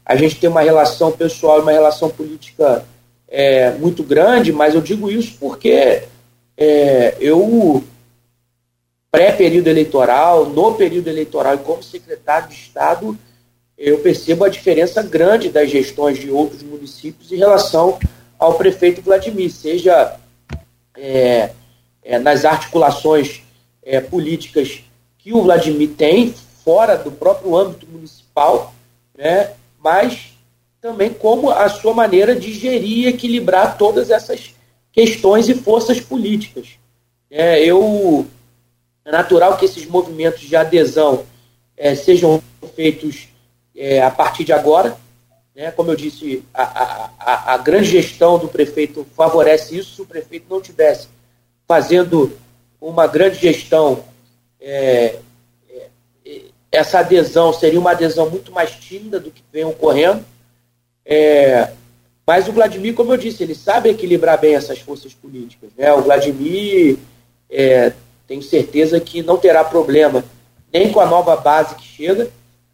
S3: a gente tem uma relação pessoal e uma relação política é, muito grande, mas eu digo isso porque é, eu, pré-período eleitoral, no período eleitoral e como secretário de Estado, eu percebo a diferença grande das gestões de outros municípios em relação ao prefeito Vladimir, seja é, é, nas articulações é, políticas que o Vladimir tem fora do próprio âmbito municipal, né, mas também como a sua maneira de gerir e equilibrar todas essas questões e forças políticas. É, eu, é natural que esses movimentos de adesão é, sejam feitos é, a partir de agora, né? Como eu disse, a, a, a, a grande gestão do prefeito favorece isso. Se o prefeito não tivesse fazendo uma grande gestão, é, é, essa adesão seria uma adesão muito mais tímida do que vem ocorrendo. É, mas o Vladimir, como eu disse, ele sabe equilibrar bem essas forças políticas, né? O Vladimir, é, tenho certeza que não terá problema nem com a nova base que chega,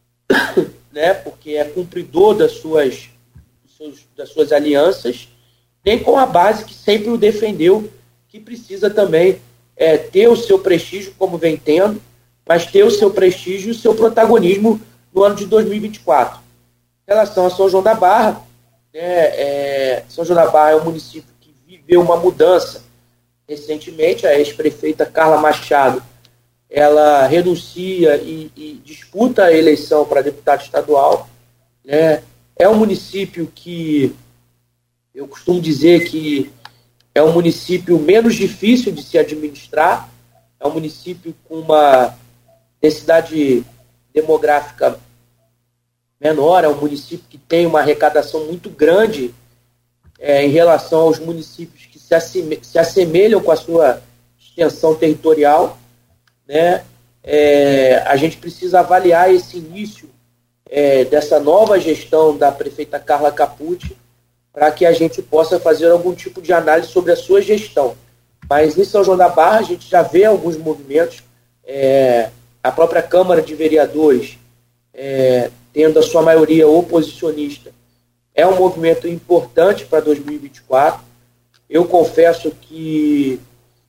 S3: né, porque é cumpridor das suas, das suas alianças, nem com a base que sempre o defendeu, que precisa também é, ter o seu prestígio, como vem tendo, mas ter o seu prestígio e o seu protagonismo no ano de dois mil e vinte e quatro. Em relação a São João da Barra, né, é, São João da Barra é um município que viveu uma mudança recentemente. A ex-prefeita Carla Machado, ela renuncia e, e disputa a eleição para deputado estadual, né? É um município que eu costumo dizer que é um município menos difícil de se administrar, é um município com uma densidade demográfica menor, é um município que tem uma arrecadação muito grande é, em relação aos municípios que se, asseme- se assemelham com a sua extensão territorial, né? É, a gente precisa avaliar esse início é, dessa nova gestão da prefeita Carla Capucci para que a gente possa fazer algum tipo de análise sobre a sua gestão. Mas em São João da Barra a gente já vê alguns movimentos, é, a própria Câmara de Vereadores, é, tendo a sua maioria oposicionista, é um movimento importante para dois mil e vinte e quatro. Eu confesso que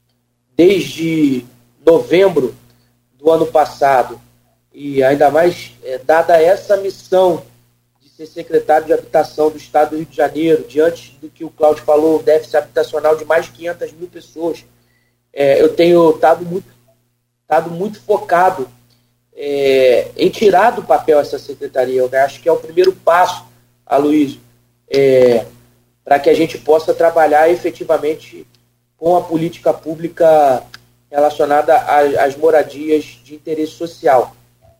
S3: desde novembro do ano passado, e ainda mais é, dada essa missão de ser secretário de habitação do Estado do Rio de Janeiro, diante do que o Cláudio falou, déficit habitacional de mais de quinhentas mil pessoas, é, eu tenho estado muito, estado muito focado é, em tirar do papel essa secretaria. Eu acho que é o primeiro passo, Aloysio, é, para que a gente possa trabalhar efetivamente com a política pública relacionada às moradias de interesse social.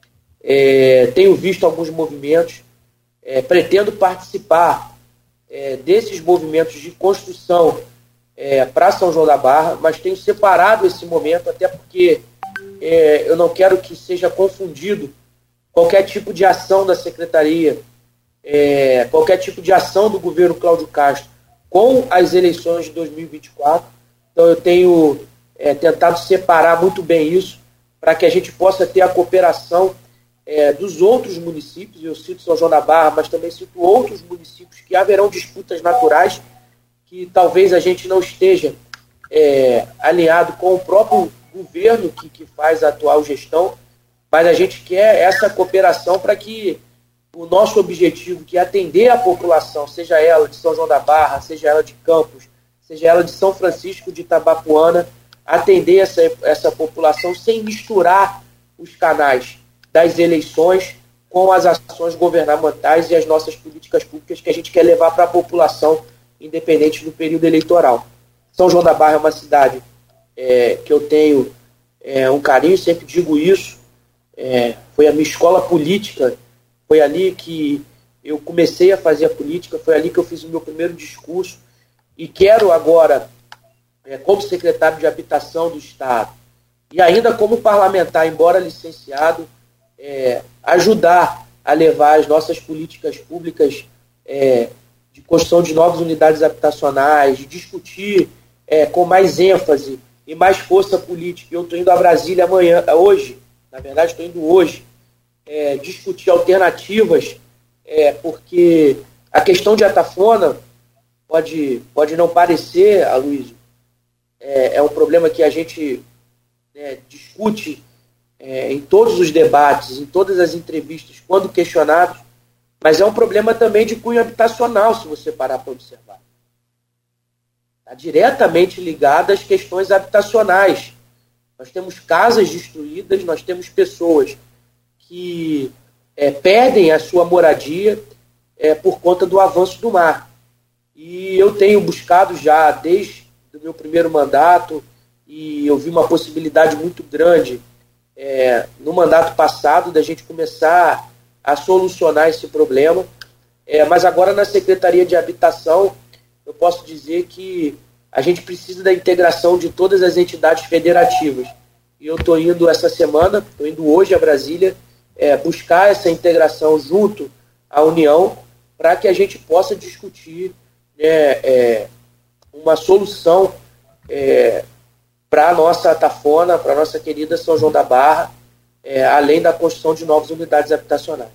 S3: É, tenho visto alguns movimentos, é, pretendo participar é, desses movimentos de construção é, para São João da Barra, mas tenho separado esse momento, até porque é, eu não quero que seja confundido qualquer tipo de ação da Secretaria, é, qualquer tipo de ação do governo Cláudio Castro com as eleições de dois mil e vinte e quatro. Então eu tenho É, tentado separar muito bem isso, para que a gente possa ter a cooperação é, dos outros municípios. Eu cito São João da Barra, mas também cito outros municípios que haverão disputas naturais, que talvez a gente não esteja é, alinhado com o próprio governo que, que faz a atual gestão, mas a gente quer essa cooperação para que o nosso objetivo, que é atender a população, seja ela de São João da Barra, seja ela de Campos, seja ela de São Francisco de Itabapuana, atender essa, essa população sem misturar os canais das eleições com as ações governamentais e as nossas políticas públicas que a gente quer levar para a população, independente do período eleitoral. São João da Barra é uma cidade é, que eu tenho é, um carinho, sempre digo isso, é, foi a minha escola política, foi ali que eu comecei a fazer a política, foi ali que eu fiz o meu primeiro discurso, e quero agora, É, como secretário de Habitação do Estado e ainda como parlamentar, embora licenciado, é, ajudar a levar as nossas políticas públicas é, de construção de novas unidades habitacionais, de discutir é, com mais ênfase e mais força política. Eu estou indo a Brasília amanhã, hoje, na verdade estou indo hoje, é, discutir alternativas é, porque a questão de atafona pode, pode não parecer, Aloysio, é, é um problema que a gente é, discute é, em todos os debates, em todas as entrevistas, quando questionados, mas é um problema também de cunho habitacional, se você parar para observar. Está diretamente ligado às questões habitacionais. Nós temos casas destruídas, nós temos pessoas que é, perdem a sua moradia é, por conta do avanço do mar. E eu tenho buscado já, desde o meu primeiro mandato, e eu vi uma possibilidade muito grande é, no mandato passado da gente começar a solucionar esse problema. É, mas agora na Secretaria de Habitação, eu posso dizer que a gente precisa da integração de todas as entidades federativas. E eu estou indo essa semana, estou indo hoje a Brasília, é, buscar essa integração junto à União para que a gente possa discutir né, é, uma solução é, para a nossa Atafona, para a nossa querida São João da Barra, é, além da construção de novas unidades habitacionais.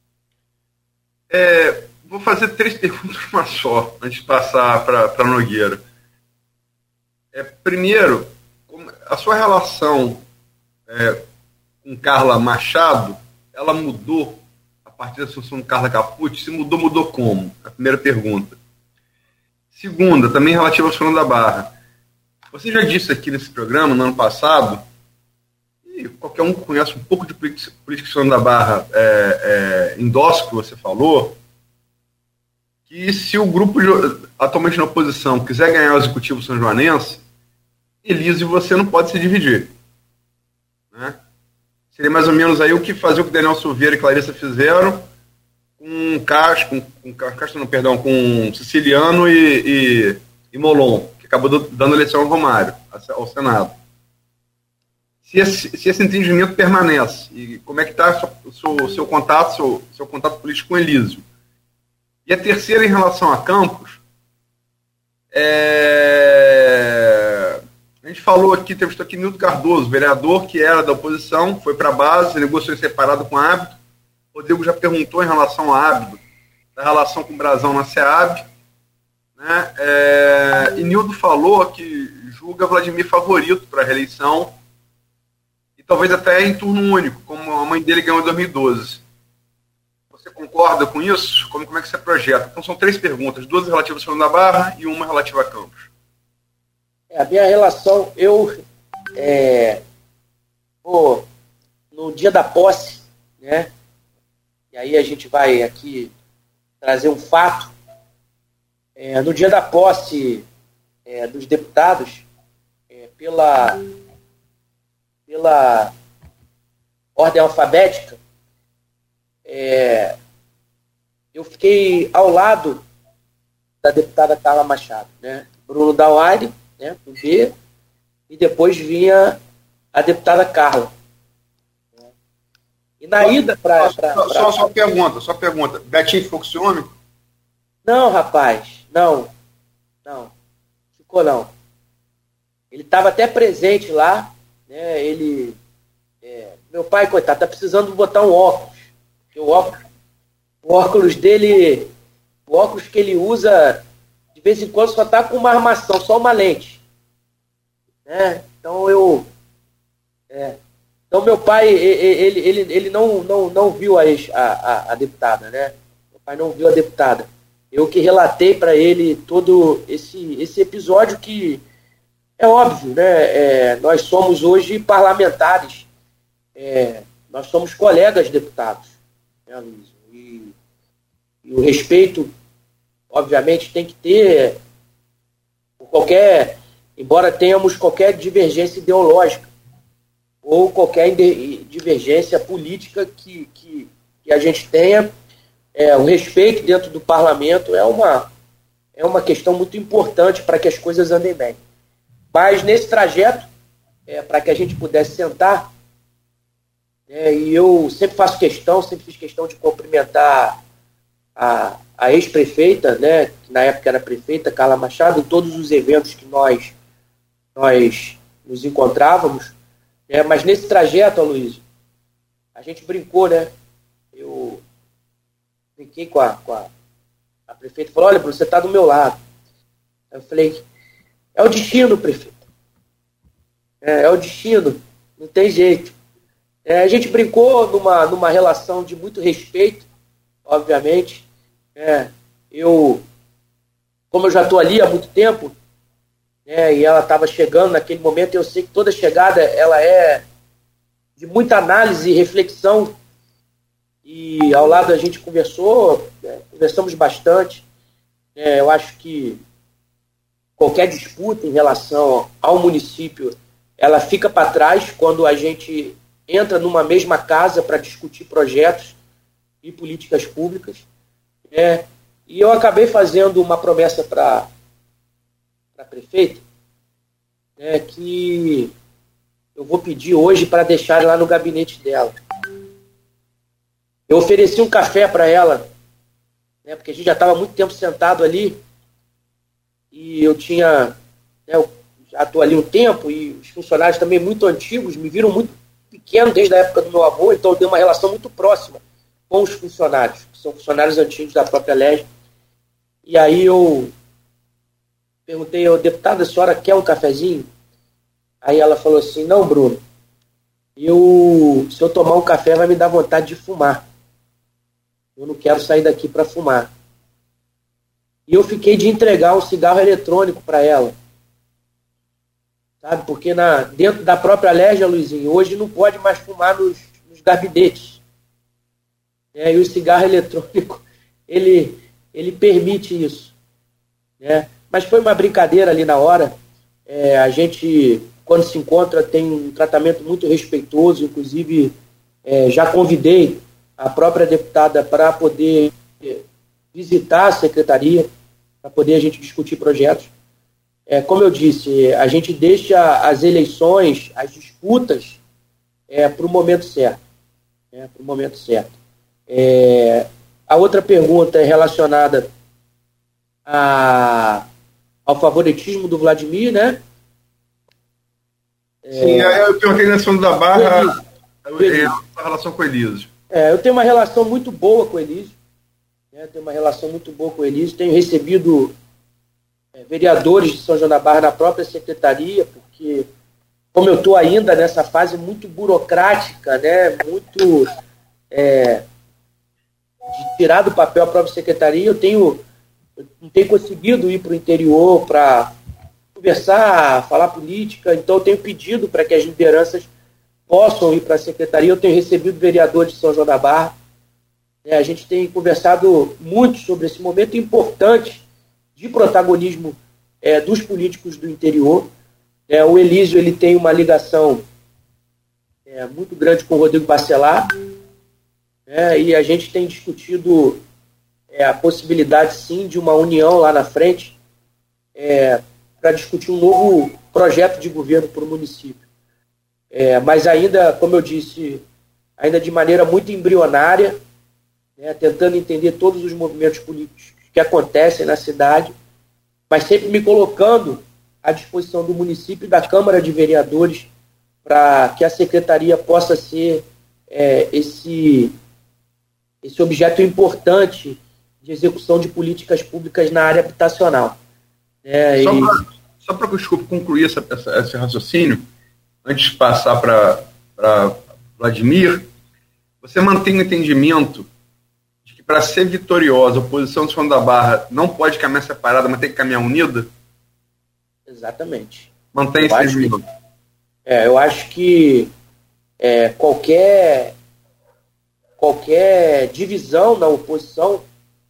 S5: É, vou fazer três perguntas uma só, antes de passar para Nogueira. É, primeiro, a sua relação é, com Carla Machado, ela mudou a partir da assunção de Carla Capucci? Se mudou, mudou como? A primeira pergunta. Segunda, também relativa ao São João da Barra. Você já disse aqui nesse programa, no ano passado, e qualquer um que conhece um pouco de política de São João da Barra é, é, endossa o que você falou, que se o grupo atualmente na oposição quiser ganhar o executivo são-joanense, Elísio e você não pode se dividir. Né? Seria mais ou menos aí o que fazer o que Daniel Silveira e Clarissa fizeram com Castro, com, com Castro, não, perdão, com Siciliano e, e, e Molon, que acabou dando eleição ao Romário, ao Senado. Se esse, se esse entendimento permanece, e como é que está o seu, seu contato, seu, seu contato político com Elísio? E a terceira, em relação a Campos, é... a gente falou aqui, teve aqui Nildo Cardoso, vereador que era da oposição, foi para a base, negociou em separado com a Ábido. O Rodrigo já perguntou em relação a Ábido, da relação com o Brazão na SEAB. Né? É... E Nildo falou que julga Vladimir favorito para a reeleição, e talvez até em turno único, como a mãe dele ganhou em dois mil e doze. Você concorda com isso? Como, como é que você projeta? Então são três perguntas, duas relativas ao São João da Barra e uma relativa a Campos.
S3: É, a minha relação, eu, é, pô, no dia da posse, né, e aí a gente vai aqui trazer um fato, é, no dia da posse é, dos deputados, é, pela, pela ordem alfabética, É, eu fiquei ao lado da deputada Carla Machado, né? Bruno Dauaire, né, do B, e depois vinha a deputada Carla. Né? E na só, ida para...
S5: Só, só, só, só pergunta, só pergunta. Betinho ficou com ciúme?
S3: Não, rapaz, não. Não, ficou não. Ele estava até presente lá, né? Ele... É, meu pai, coitado, tá precisando botar um óculos. O óculos, o óculos dele, o óculos que ele usa, de vez em quando só está com uma armação, só uma lente. Né? Então eu. É, então meu pai, ele, ele, ele não, não, não viu a, a, a deputada, né? Meu pai não viu a deputada. Eu que relatei para ele todo esse, esse episódio que é óbvio, né? É, nós somos hoje parlamentares, é, nós somos colegas deputados. Né, Luiz? E, e o respeito, obviamente, tem que ter por qualquer, embora tenhamos qualquer divergência ideológica ou qualquer divergência política que, que, que a gente tenha, é, o respeito dentro do parlamento é uma, é uma questão muito importante para que as coisas andem bem. Mas nesse trajeto, é, para que a gente pudesse sentar, É, e eu sempre faço questão, sempre fiz questão de cumprimentar a, a ex-prefeita, né, que na época era prefeita, Carla Machado, em todos os eventos que nós, nós nos encontrávamos. É, mas nesse trajeto, Aloysio, a gente brincou, né? Eu, Fiquei com a, com a, a prefeita, falou, olha, Bruno, você está do meu lado. Eu falei, é o destino, prefeito. É, é o destino, não tem jeito. É, a gente brincou numa, numa relação de muito respeito, obviamente. É, eu, como eu já estou ali há muito tempo, né, e ela estava chegando naquele momento, eu sei que toda chegada ela é de muita análise e reflexão. E ao lado a gente conversou, é, conversamos bastante. É, eu acho que qualquer disputa em relação ao município, ela fica para trás quando a gente entra numa mesma casa para discutir projetos e políticas públicas. É, e eu acabei fazendo uma promessa para a prefeita, né, que eu vou pedir hoje para deixar lá no gabinete dela. Eu ofereci um café para ela, né, porque a gente já estava muito tempo sentado ali, e eu tinha, né, eu já estou ali um tempo, e os funcionários também muito antigos me viram muito pequeno desde a época do meu avô, então eu tenho uma relação muito próxima com os funcionários, que são funcionários antigos da própria L E G. E aí eu perguntei ao deputado, a senhora quer um cafezinho? Aí ela falou assim, não, Bruno, eu, se eu tomar um café vai me dar vontade de fumar. Eu não quero sair daqui para fumar. E eu fiquei de entregar um cigarro eletrônico para ela. Sabe? Porque na, dentro da própria L E G, Luizinho, hoje não pode mais fumar nos, nos gabinetes. É, e o cigarro eletrônico, ele, ele permite isso. Né? Mas foi uma brincadeira ali na hora. É, a gente, quando se encontra, tem um tratamento muito respeitoso. Inclusive, é, já convidei a própria deputada para poder visitar a secretaria, para poder a gente discutir projetos. É, como eu disse, a gente deixa as eleições, as disputas, é, para o momento certo. É, para o momento certo. É, a outra pergunta é relacionada a, ao favoritismo do Vladimir, né? É,
S5: Sim, eu tenho uma relação da Barra, é, a relação com o Elísio.
S3: É, eu tenho uma relação muito boa com o Elísio. Né, tenho uma relação muito boa com o Elísio. Tenho recebido é, vereadores de São João da Barra na própria secretaria, porque, como eu estou ainda nessa fase muito burocrática, né, muito é, de tirar do papel a própria secretaria, eu tenho, eu não tenho conseguido ir para o interior para conversar, falar política, então eu tenho pedido para que as lideranças possam ir para a secretaria. Eu tenho recebido vereadores de São João da Barra. É, a gente tem conversado muito sobre esse momento importante de protagonismo é, dos políticos do interior. É, o Elísio ele tem uma ligação é, muito grande com o Rodrigo Bacelar, é, e a gente tem discutido é, a possibilidade, sim, de uma união lá na frente é, para discutir um novo projeto de governo para o município. É, mas ainda, como eu disse, ainda de maneira muito embrionária, né, tentando entender todos os movimentos políticos que acontecem na cidade, mas sempre me colocando à disposição do município e da Câmara de Vereadores para que a secretaria possa ser é, esse, esse objeto importante de execução de políticas públicas na área habitacional. É,
S5: só para desculpa, concluir essa, essa, esse raciocínio, antes de passar para Vladimir, você mantém o entendimento de que para ser vitoriosa, a oposição de São João da Barra não pode caminhar separada, mas tem que caminhar unida?
S3: Exatamente.
S5: Mantém esse entendimento.
S3: É, eu acho que é, qualquer, qualquer divisão na oposição,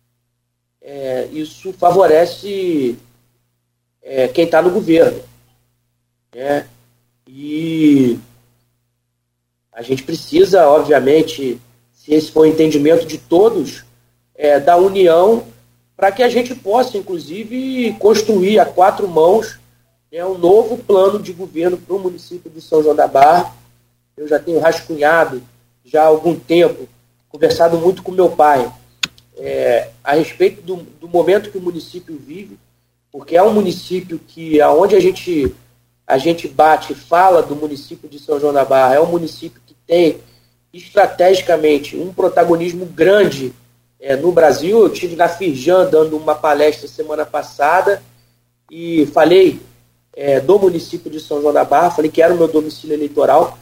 S3: é, isso favorece é, quem está no governo. Né? E a gente precisa, obviamente, se esse for o entendimento de todos, é, da união, para que a gente possa, inclusive, construir a quatro mãos, né, um novo plano de governo para o município de São João da Barra. Eu já tenho rascunhado, já há algum tempo, conversado muito com meu pai é, a respeito do, do momento que o município vive, porque é um município que, aonde a gente... a gente bate e fala do município de São João da Barra, é um município que tem, estrategicamente, um protagonismo grande é, no Brasil. Eu estive na Firjan dando uma palestra semana passada e falei é, do município de São João da Barra, falei que era o meu domicílio eleitoral,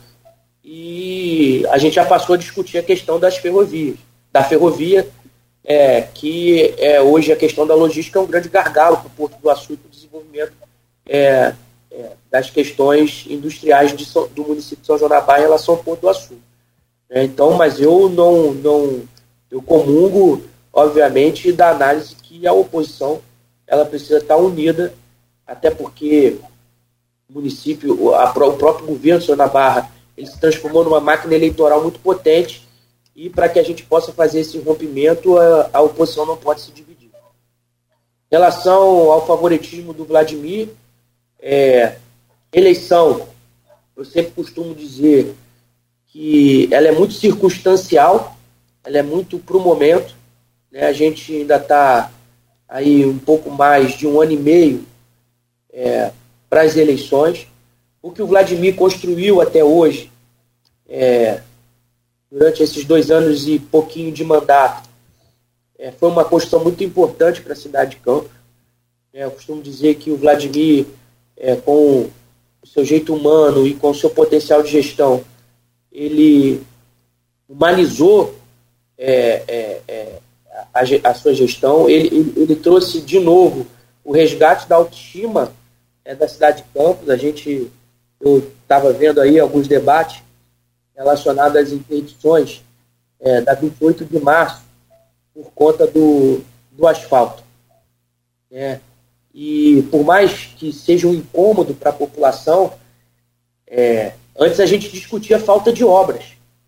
S3: e a gente já passou a discutir a questão das ferrovias, da ferrovia, é, que é, hoje a questão da logística é um grande gargalo para o Porto do Açu e para o desenvolvimento é, é, das questões industriais de São, do município de São João da Barra em relação ao Porto do Açu. É, então, mas eu não, não eu comungo, obviamente, da análise que a oposição ela precisa estar unida, até porque o município, a, o próprio governo de São João da Barra, ele se transformou numa máquina eleitoral muito potente, e para que a gente possa fazer esse rompimento, a, a oposição não pode se dividir. Em relação ao favoritismo do Vladimir, é, eleição, eu sempre costumo dizer que ela é muito circunstancial, ela é muito para o momento, né? A gente ainda está aí um pouco mais de um ano e meio é, para as eleições. O que o Vladimir construiu até hoje, é, durante esses dois anos e pouquinho de mandato, é, foi uma construção muito importante para a cidade de Campos. É, eu costumo dizer que o Vladimir, é, com o seu jeito humano e com o seu potencial de gestão, ele humanizou é, é, é, a, a sua gestão, ele, ele, ele trouxe de novo o resgate da autoestima é, da cidade de Campos. A gente, eu estava vendo aí alguns debates relacionados às interdições é, da vinte e oito de março por conta do, do asfalto. É, e por mais que seja um incômodo para a população, é, antes a gente discutia falta de obras.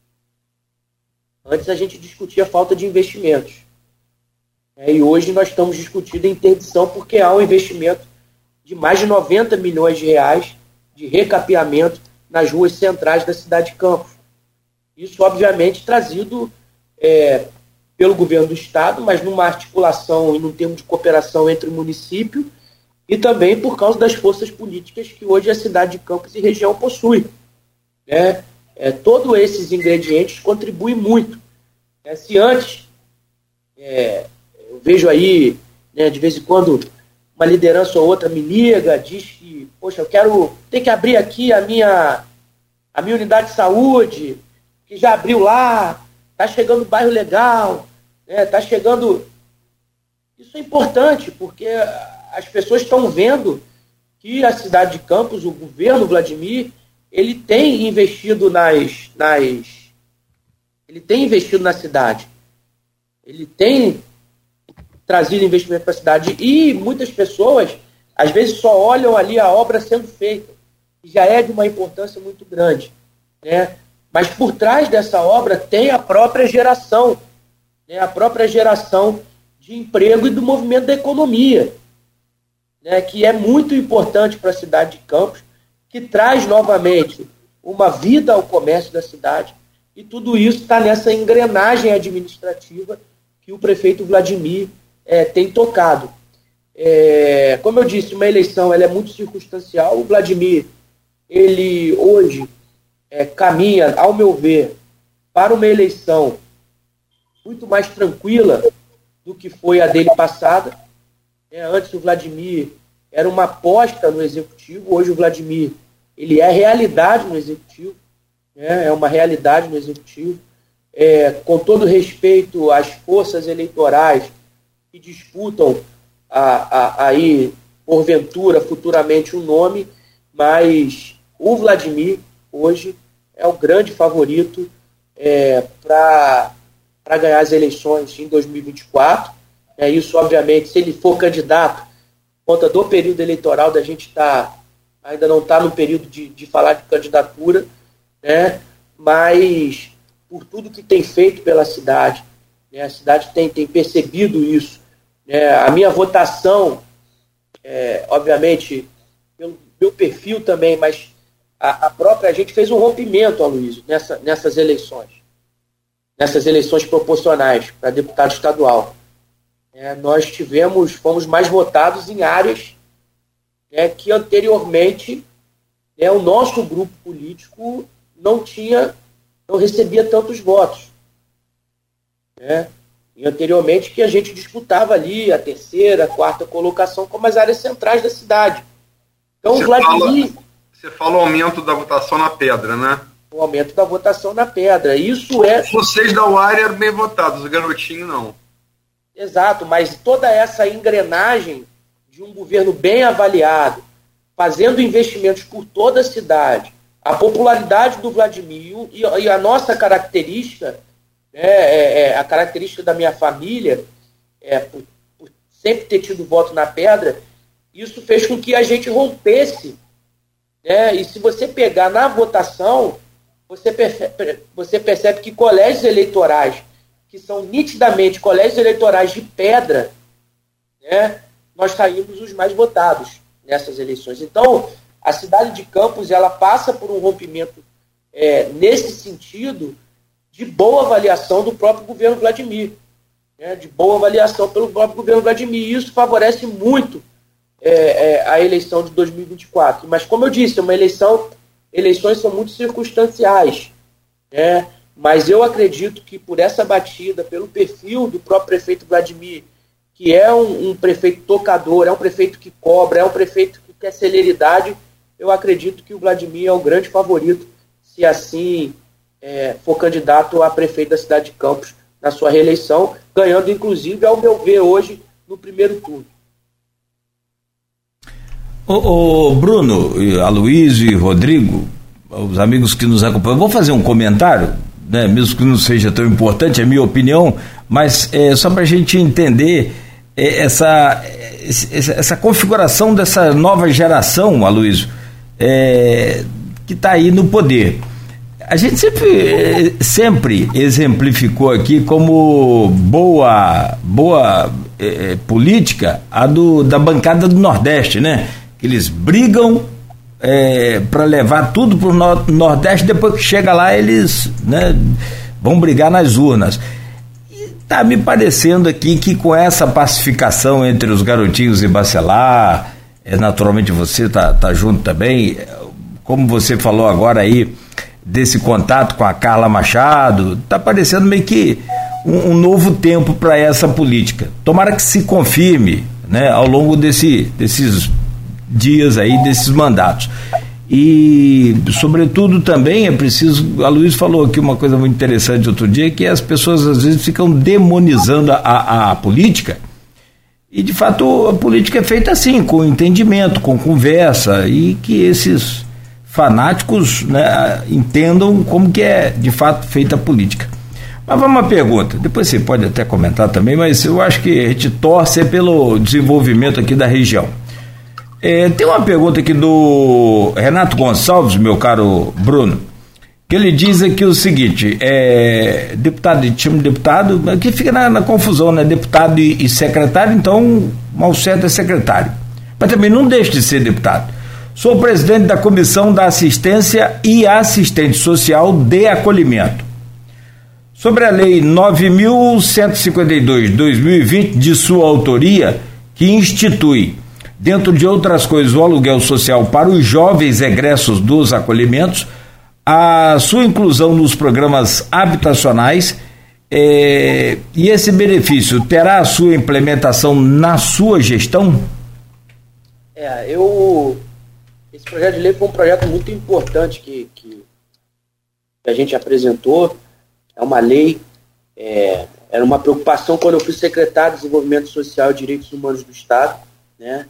S3: Antes a gente discutia falta de investimentos. É, e hoje nós estamos discutindo a interdição porque há um investimento de mais de noventa milhões de reais de recapeamento nas ruas centrais da cidade de Campos. Isso, obviamente, trazido é, pelo governo do Estado, mas numa articulação e num termo de cooperação entre o município e também por causa das forças políticas que hoje a cidade de Campos e região possui. Né? É, todos esses ingredientes contribuem muito. É, se antes, é, eu vejo aí, né, de vez em quando, uma liderança ou outra me liga, diz que, poxa, eu quero ter que abrir aqui a minha, a minha unidade de saúde, que já abriu lá, está chegando um bairro legal, está, né, chegando... Isso é importante, porque as pessoas estão vendo que a cidade de Campos, o governo Vladimir, ele tem investido nas, nas... Ele tem investido na cidade. Ele tem trazido investimento para a cidade. E muitas pessoas, às vezes, só olham ali a obra sendo feita, que já é de uma importância muito grande, né? Mas por trás dessa obra tem a própria geração, né, a própria geração de emprego e do movimento da economia, né, que é muito importante para a cidade de Campos, que traz novamente uma vida ao comércio da cidade, e tudo isso está nessa engrenagem administrativa que o prefeito Vladimir é, tem tocado. É, como eu disse, uma eleição ela é muito circunstancial. O Vladimir, ele hoje É, caminha, ao meu ver, para uma eleição muito mais tranquila do que foi a dele passada. É, antes o Vladimir era uma aposta no Executivo, hoje o Vladimir ele é realidade no Executivo, né? É uma realidade no Executivo. É, com todo respeito às forças eleitorais que disputam a, a, aí, porventura, futuramente, um nome, mas o Vladimir hoje é o grande favorito é, para ganhar as eleições em dois mil e vinte e quatro. É, isso, obviamente, se ele for candidato, por conta do período eleitoral, da gente tá, ainda não está no período de, de falar de candidatura, né? Mas por tudo que tem feito pela cidade, né? A cidade tem, tem percebido isso. Né? A minha votação, é, obviamente, pelo meu perfil também, mas A, a própria, a gente fez um rompimento, Aloysio, nessa, nessas eleições, nessas eleições proporcionais para deputado estadual. É, nós tivemos, fomos mais votados em áreas, né, que anteriormente, né, o nosso grupo político não tinha, não recebia tantos votos. Né? E anteriormente que a gente disputava ali a terceira, a quarta colocação como as áreas centrais da cidade. Então,
S5: você,
S3: Vladimir,
S5: fala, você fala o aumento da votação na Pedra, né?
S3: O aumento da votação na Pedra. Isso é...
S5: Vocês da U A R eram bem votados, o Garotinho não.
S3: Exato, mas toda essa engrenagem de um governo bem avaliado, fazendo investimentos por toda a cidade, a popularidade do Vladimir e, e a nossa característica, né, é, é, a característica da minha família, é, por, por sempre ter tido voto na Pedra, isso fez com que a gente rompesse. Né, e se você pegar na votação, você percebe, você percebe que colégios eleitorais, que são nitidamente colégios eleitorais de pedra, né, nós saímos os mais votados nessas eleições. Então, a cidade de Campos ela passa por um rompimento é, nesse sentido de boa avaliação do próprio governo Vladimir, né, de boa avaliação pelo próprio governo Vladimir. E isso favorece muito é, é, a eleição de dois mil e vinte e quatro. Mas, como eu disse, é uma eleição, eleições são muito circunstanciais, né? Mas eu acredito que por essa batida, pelo perfil do próprio prefeito Vladimir, que é um, um prefeito tocador, é um prefeito que cobra, é um prefeito que quer celeridade, eu acredito que o Vladimir é o grande favorito, se assim é, for candidato a prefeito da cidade de Campos na sua reeleição, ganhando, inclusive, ao meu ver, hoje, no primeiro turno.
S2: Ô, ô Bruno, Aloysio e Rodrigo, os amigos que nos acompanham, vou fazer um comentário, né, mesmo que não seja tão importante, é a minha opinião, mas é, só para a gente entender é, essa, essa, essa configuração dessa nova geração, Aloysio, é, que está aí no poder. A gente sempre, sempre exemplificou aqui como boa, boa é, política a do, da bancada do Nordeste, né? Que eles brigam É, para levar tudo para o Nordeste, depois que chega lá eles, né, vão brigar nas urnas. E está me parecendo aqui que com essa pacificação entre os Garotinhos e Bacelar, é, naturalmente você está tá junto também, como você falou agora aí, desse contato com a Carla Machado, está parecendo meio que um, um novo tempo para essa política. Tomara que se confirme, né, ao longo desse, desses dias aí, desses mandatos. E sobretudo também é preciso, a Luiz falou aqui uma coisa muito interessante outro dia, que as pessoas às vezes ficam demonizando a, a, a política, e de fato a política é feita assim, com entendimento, com conversa, e que esses fanáticos, né, entendam como que é de fato feita a política. Mas vamos uma pergunta, depois você pode até comentar também, mas eu acho que a gente torce pelo desenvolvimento aqui da região. É, tem uma pergunta aqui do Renato Gonçalves, meu caro Bruno, que ele diz aqui o seguinte, é, deputado e time de deputado, aqui fica na, na confusão, né, deputado e, e secretário, então mal certo é secretário, mas também não deixa de ser deputado. Sou presidente da Comissão da Assistência e Assistente Social de Acolhimento. Sobre a Lei nove mil cento e cinquenta e dois de dois mil e vinte, de sua autoria, que institui, dentro de outras coisas, o aluguel social para os jovens egressos dos acolhimentos, a sua inclusão nos programas habitacionais, é, e esse benefício terá a sua implementação na sua gestão?
S3: É, eu... Esse projeto de lei foi um projeto muito importante que, que a gente apresentou. É uma lei, é, era uma preocupação quando eu fui secretário de Desenvolvimento Social e Direitos Humanos do Estado, né?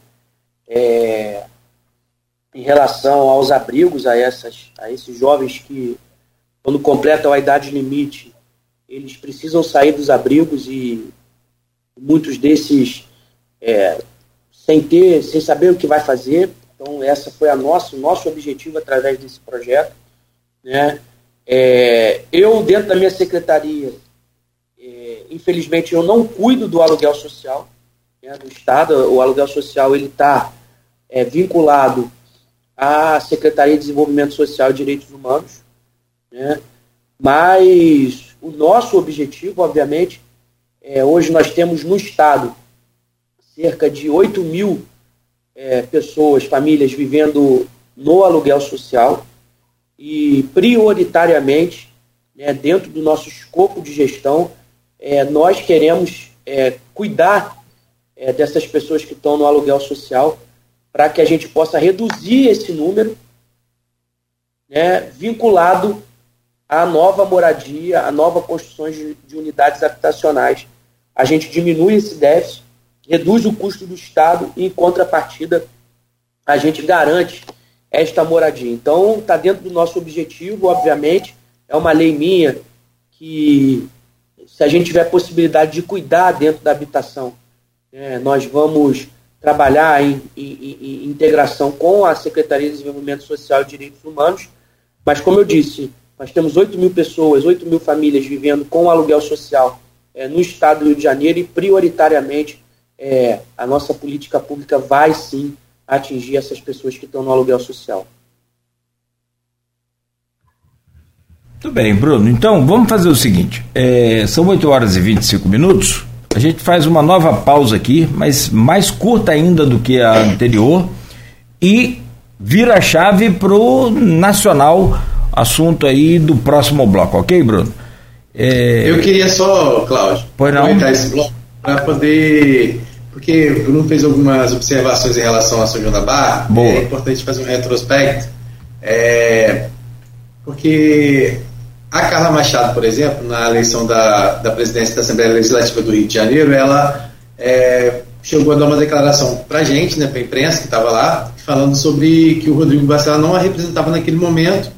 S3: É, em relação aos abrigos, a, essas, a esses jovens que, quando completam a idade limite, eles precisam sair dos abrigos, e muitos desses é, sem ter, sem saber o que vai fazer. Então, essa foi a nossa, o nosso objetivo através desse projeto, né? É, eu, dentro da minha secretaria, é, infelizmente, eu não cuido do aluguel social, né, do Estado. O aluguel social ele está é, vinculado à Secretaria de Desenvolvimento Social e Direitos Humanos, né? Mas o nosso objetivo, obviamente, é, hoje nós temos no Estado cerca de oito mil é, pessoas, famílias vivendo no aluguel social, e prioritariamente, né, dentro do nosso escopo de gestão, é, nós queremos é, cuidar é, dessas pessoas que estão no aluguel social para que a gente possa reduzir esse número, né, vinculado à nova moradia, à nova construção de, de unidades habitacionais. A gente diminui esse déficit, reduz o custo do Estado e, em contrapartida, a gente garante esta moradia. Então, está dentro do nosso objetivo, obviamente. É uma lei minha que, se a gente tiver possibilidade de cuidar dentro da habitação, né, nós vamos trabalhar em, em, em integração com a Secretaria de Desenvolvimento Social e Direitos Humanos. Mas, como eu disse, nós temos oito mil pessoas, oito mil famílias vivendo com aluguel social é, no estado do Rio de Janeiro e, prioritariamente, é, a nossa política pública vai, sim, atingir essas pessoas que estão no aluguel social.
S2: Muito bem, Bruno. Então, vamos fazer o seguinte. É, são oito horas e vinte e cinco minutos. A gente faz uma nova pausa aqui, mas mais curta ainda do que a anterior, e vira a chave para o nacional, assunto aí do próximo bloco, ok, Bruno? É...
S4: Eu queria só, Cláudio, aproveitar esse bloco para poder, porque o Bruno fez algumas observações em relação a São João da Barra. Boa. É importante fazer um retrospecto, é, porque a Carla Machado, por exemplo, na eleição da, da presidência da Assembleia Legislativa do Rio de Janeiro, ela é, chegou a dar uma declaração para a gente, né, para a imprensa que estava lá, falando sobre que o Rodrigo Bacelar não a representava naquele momento,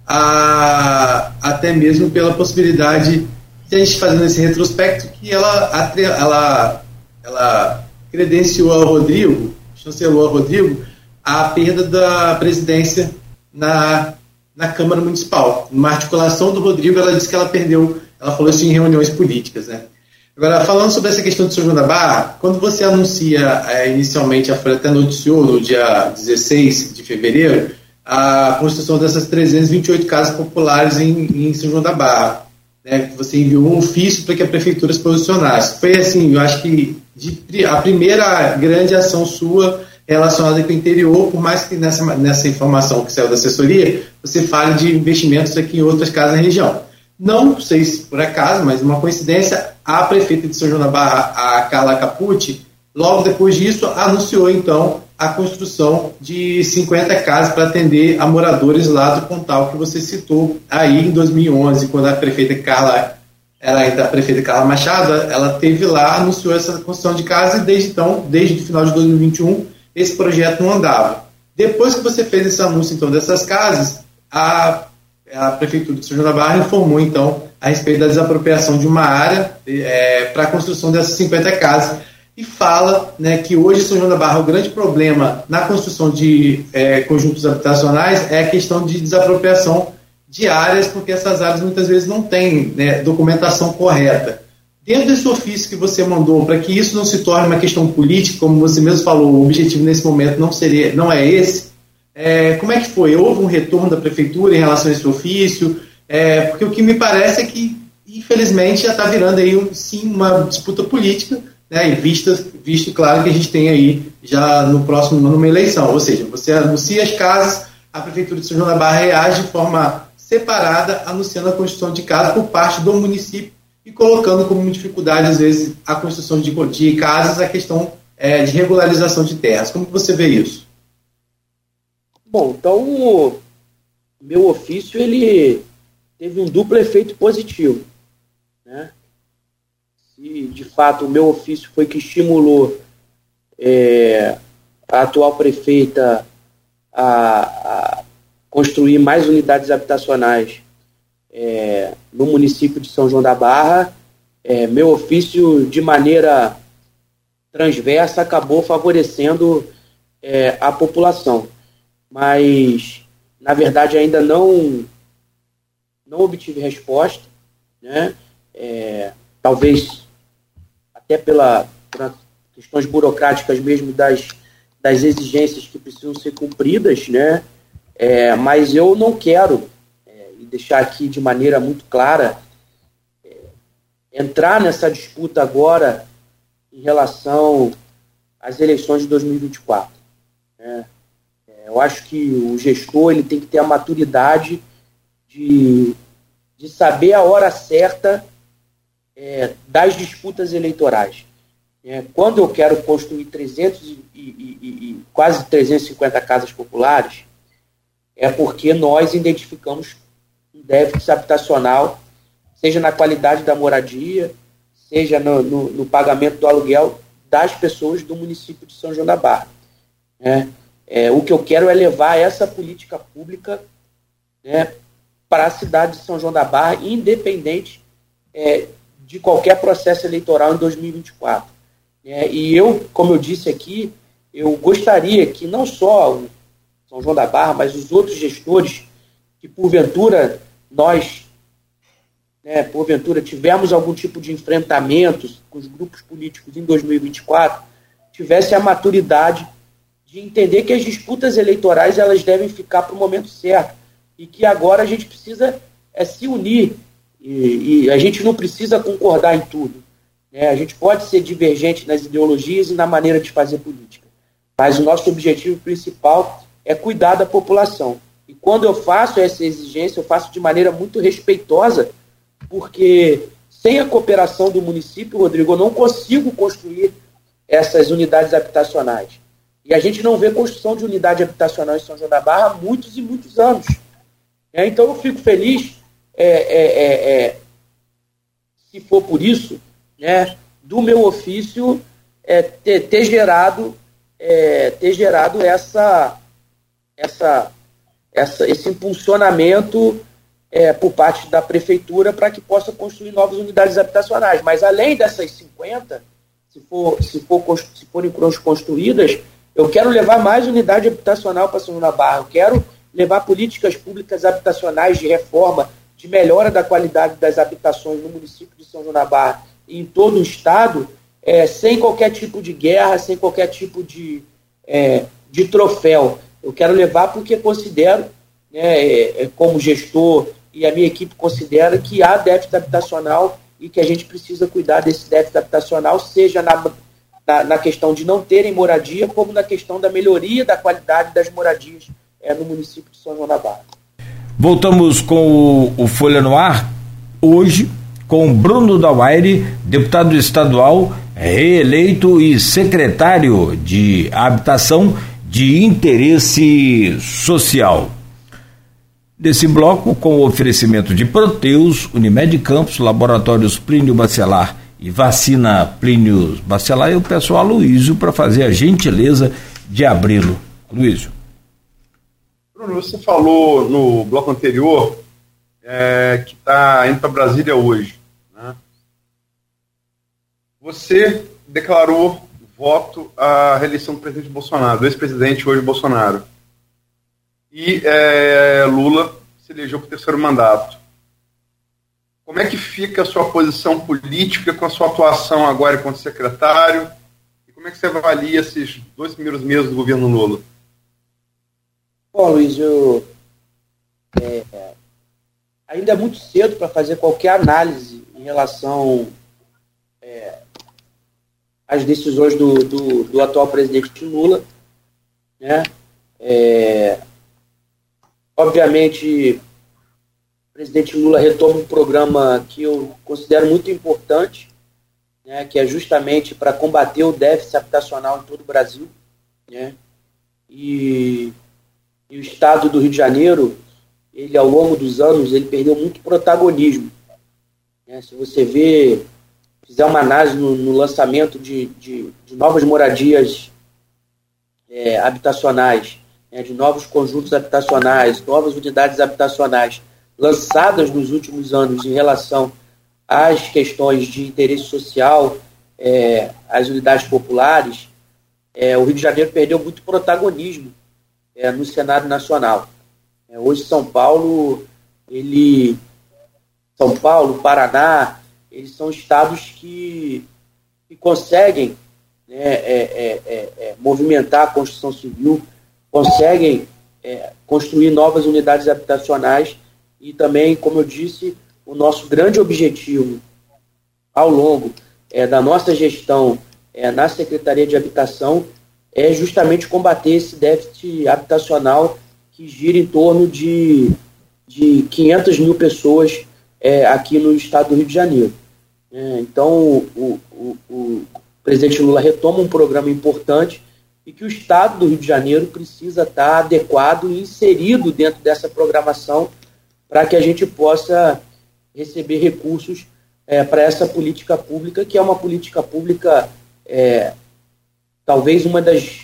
S4: a, até mesmo pela possibilidade de a gente fazendo esse retrospecto, que ela, ela, ela credenciou ao Rodrigo, chancelou ao Rodrigo, a perda da presidência na, na Câmara Municipal. Numa articulação do Rodrigo, ela disse que ela perdeu, ela falou isso em reuniões políticas, né? Agora, falando sobre essa questão de São João da Barra, quando você anuncia, é, inicialmente, a Folha até noticiou no dia dezesseis de fevereiro, a construção dessas trezentas e vinte e oito casas populares em, em São João da Barra, né? Você enviou um ofício para que a prefeitura se posicionasse. Foi assim, eu acho que de, a primeira grande ação sua relacionada com o interior, por mais que nessa, nessa informação que saiu da assessoria, você fale de investimentos aqui em outras casas na região. Não sei se por acaso, mas uma coincidência, a prefeita de São João da Barra, a Carla Capucci, logo depois disso, anunciou então a construção de cinquenta casas para atender a moradores lá do Pontal, que você citou aí em dois mil e onze, quando a prefeita Carla, era ainda a prefeita Carla Machado, ela teve lá, anunciou essa construção de casas, e desde então, desde o final de dois mil e vinte e um, esse projeto não andava. Depois que você fez esse anúncio então dessas casas, a a Prefeitura de São João da Barra informou, então, a respeito da desapropriação de uma área é, para a construção dessas cinquenta casas, e fala, né, que hoje São João da Barra, o grande problema na construção de é, conjuntos habitacionais é a questão de desapropriação de áreas, porque essas áreas muitas vezes não têm, né, documentação correta. Dentro desse ofício que você mandou, para que isso não se torne uma questão política, como você mesmo falou, o objetivo nesse momento não, seria, não é esse. É, como é que foi? Houve um retorno da prefeitura em relação a esse ofício? É, porque o que me parece é que, infelizmente, já está virando aí, um, sim, uma disputa política, né, e vista, visto, claro, que a gente tem aí já no próximo ano uma eleição. Ou seja, você anuncia as casas, a Prefeitura de São João da Barra reage de forma separada, anunciando a construção de casas por parte do município e colocando como dificuldade, às vezes, a construção de, de casas, a questão é, de regularização de terras. Como que você vê isso?
S3: Bom, então o meu ofício ele teve um duplo efeito positivo, né? Se de fato o meu ofício foi que estimulou é, a atual prefeita a, a construir mais unidades habitacionais é, no município de São João da Barra, é, meu ofício de maneira transversa acabou favorecendo é, a população. Mas, na verdade, ainda não, não obtive resposta, né? É, talvez até pela, por questões burocráticas mesmo das, das exigências que precisam ser cumpridas, né? É, mas eu não quero, é, e deixar aqui de maneira muito clara, é, entrar nessa disputa agora em relação às eleições de dois mil e vinte e quatro, né? Eu acho que o gestor ele tem que ter a maturidade de, de saber a hora certa é, das disputas eleitorais. É, quando eu quero construir trezentos e, e, e, e quase trezentas e cinquenta casas populares, é porque nós identificamos um déficit habitacional, seja na qualidade da moradia, seja no, no, no pagamento do aluguel das pessoas do município de São João da Barra. É, é, o que eu quero é levar essa política pública, né, para a cidade de São João da Barra, independente é, de qualquer processo eleitoral em dois mil e vinte e quatro. É, e eu, como eu disse aqui, eu gostaria que não só o São João da Barra, mas os outros gestores que, porventura, nós, né, porventura, tivemos algum tipo de enfrentamento com os grupos políticos em dois mil e vinte e quatro, tivesse a maturidade de entender que as disputas eleitorais elas devem ficar para o momento certo e que agora a gente precisa é, se unir e, e a gente não precisa concordar em tudo. Né? A gente pode ser divergente nas ideologias e na maneira de fazer política, mas o nosso objetivo principal é cuidar da população. E quando eu faço essa exigência, eu faço de maneira muito respeitosa, porque sem a cooperação do município, Rodrigo, eu não consigo construir essas unidades habitacionais. E a gente não vê construção de unidade habitacional em São João da Barra há muitos e muitos anos. É, então eu fico feliz, é, é, é, é, se for por isso, né, do meu ofício é, ter, ter gerado, é, ter gerado essa, essa, essa, esse impulsionamento é, por parte da prefeitura para que possa construir novas unidades habitacionais. Mas além dessas cinquenta, se, for, se, for, se forem construídas, eu quero levar mais unidade habitacional para São João da Barra. Eu quero levar políticas públicas habitacionais de reforma, de melhora da qualidade das habitações no município de São João da Barra e em todo o estado, é, sem qualquer tipo de guerra, sem qualquer tipo de, é, de troféu. Eu quero levar porque considero, né, é, como gestor e a minha equipe considera que há déficit habitacional e que a gente precisa cuidar desse déficit habitacional, seja na, na, na questão de não terem moradia, como na questão da melhoria da qualidade das moradias é, no município de São João da Barra.
S2: Voltamos com o, o Folha no Ar, hoje com Bruno Dauaire, deputado estadual, reeleito e secretário de Habitação de Interesse Social. Desse bloco, com o oferecimento de Proteus, Unimed Campos, Laboratórios Plínio Bacelar e Vacina Plínio Bacelar, eu peço a Luísio para fazer a gentileza de abri-lo. Luísio.
S5: Bruno, você falou no bloco anterior é, que está indo para Brasília hoje, né? Você declarou voto à reeleição do presidente Bolsonaro, do ex-presidente hoje Bolsonaro. E é, Lula se elegeu para o terceiro mandato. Como é que fica a sua posição política com a sua atuação agora enquanto secretário? E como é que você avalia esses dois primeiros meses do governo Lula?
S3: Bom, Luiz, eu, é, ainda é muito cedo para fazer qualquer análise em relação é, às decisões do, do, do atual presidente Lula, né? É, obviamente, o presidente Lula retoma um programa que eu considero muito importante, né, que é justamente para combater o déficit habitacional em todo o Brasil, né? E E o estado do Rio de Janeiro, ele ao longo dos anos, ele perdeu muito protagonismo. Né? Se você vê, fizer uma análise no, no lançamento de, de, de novas moradias é, habitacionais, né? De novos conjuntos habitacionais, novas unidades habitacionais lançadas nos últimos anos em relação às questões de interesse social, é, às unidades populares, é, o Rio de Janeiro perdeu muito protagonismo É, no cenário nacional. É, hoje São Paulo, ele, São Paulo, Paraná, eles são estados que, que conseguem, né, é, é, é, é, movimentar a construção civil, conseguem é, construir novas unidades habitacionais e também, como eu disse, o nosso grande objetivo ao longo é, da nossa gestão é, na Secretaria de Habitação é justamente combater esse déficit habitacional que gira em torno de, de quinhentas mil pessoas é, aqui no estado do Rio de Janeiro. É, então, o, o, o presidente Lula retoma um programa importante e que o Estado do Rio de Janeiro precisa estar adequado e inserido dentro dessa programação para que a gente possa receber recursos é, para essa política pública, que é uma política pública, é, talvez uma das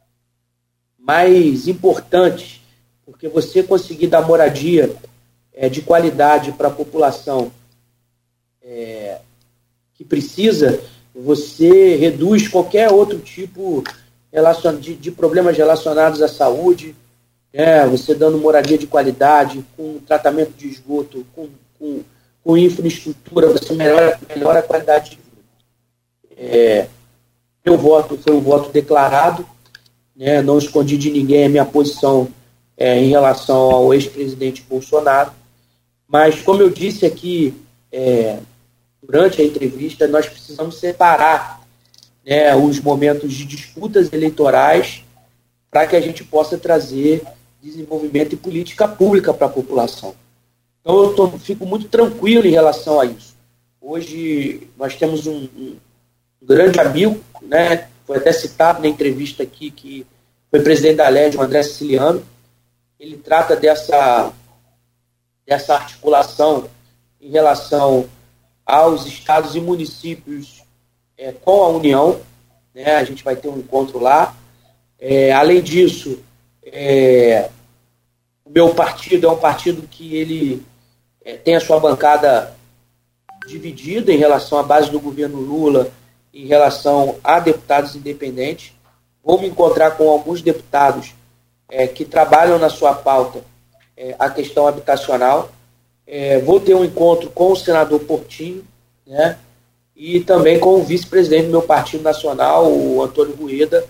S3: mais importantes, porque você conseguir dar moradia é, de qualidade para a população é, que precisa, você reduz qualquer outro tipo de, de problemas relacionados à saúde, é, você dando moradia de qualidade, com tratamento de esgoto, com, com, com infraestrutura, você melhora, melhora a qualidade de vida. É, meu voto foi um voto declarado, né, não escondi de ninguém a minha posição é, em relação ao ex-presidente Bolsonaro, mas, como eu disse aqui é, durante a entrevista, nós precisamos separar, né, os momentos de disputas eleitorais para que a gente possa trazer desenvolvimento e política pública para a população. Então, eu tô, fico muito tranquilo em relação a isso. Hoje, nós temos um, um, um grande amigo, né, foi até citado na entrevista aqui, que foi presidente da L E D, o André Siciliano. Ele trata dessa, dessa articulação em relação aos estados e municípios é, com a União, né, a gente vai ter um encontro lá. É, além disso, é, o meu partido é um partido que ele é, tem a sua bancada dividida em relação à base do governo Lula, em relação a deputados independentes. Vou me encontrar com alguns deputados é, que trabalham na sua pauta é, a questão habitacional. É, vou ter um encontro com o senador Portinho, né, e também com o vice-presidente do meu partido nacional, o Antônio Rueda,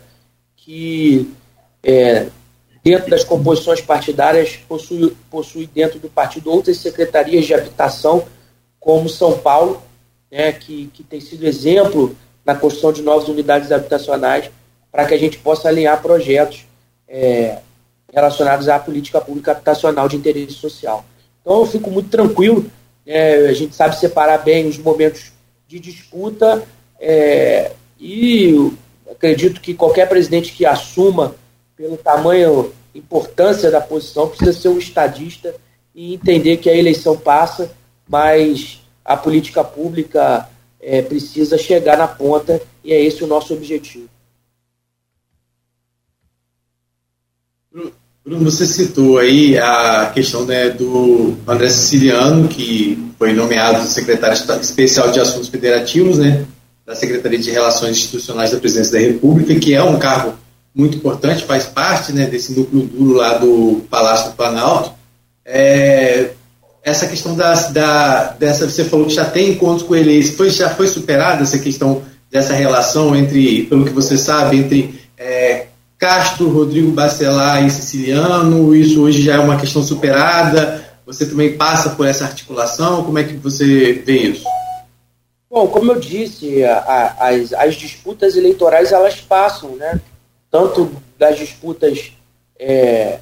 S3: que é, dentro das composições partidárias possui, possui dentro do partido outras secretarias de habitação, como São Paulo, né, que, que tem sido exemplo na construção de novas unidades habitacionais, para que a gente possa alinhar projetos é, relacionados à política pública habitacional de interesse social. Então eu fico muito tranquilo, é, a gente sabe separar bem os momentos de disputa é, e acredito que qualquer presidente que assuma, pelo tamanho e importância da posição, precisa ser um estadista e entender que a eleição passa, mas a política pública é, precisa chegar na ponta e é esse o nosso objetivo.
S4: Bruno, você citou aí a questão, né, do André Siciliano, que foi nomeado secretário especial de Assuntos Federativos, né, da Secretaria de Relações Institucionais da Presidência da República, que é um cargo muito importante, faz parte, né, desse núcleo duro lá do Palácio do Planalto. É, essa questão da, da, dessa, você falou que já tem encontros com ele, foi, já foi superada essa questão dessa relação entre, pelo que você sabe, entre é, Castro, Rodrigo Bacelar e Siciliano, isso hoje já é uma questão superada? Você também passa por essa articulação? Como é que você vê isso?
S3: Bom, como eu disse, a, a, as, as disputas eleitorais, elas passam, né? Tanto das disputas é,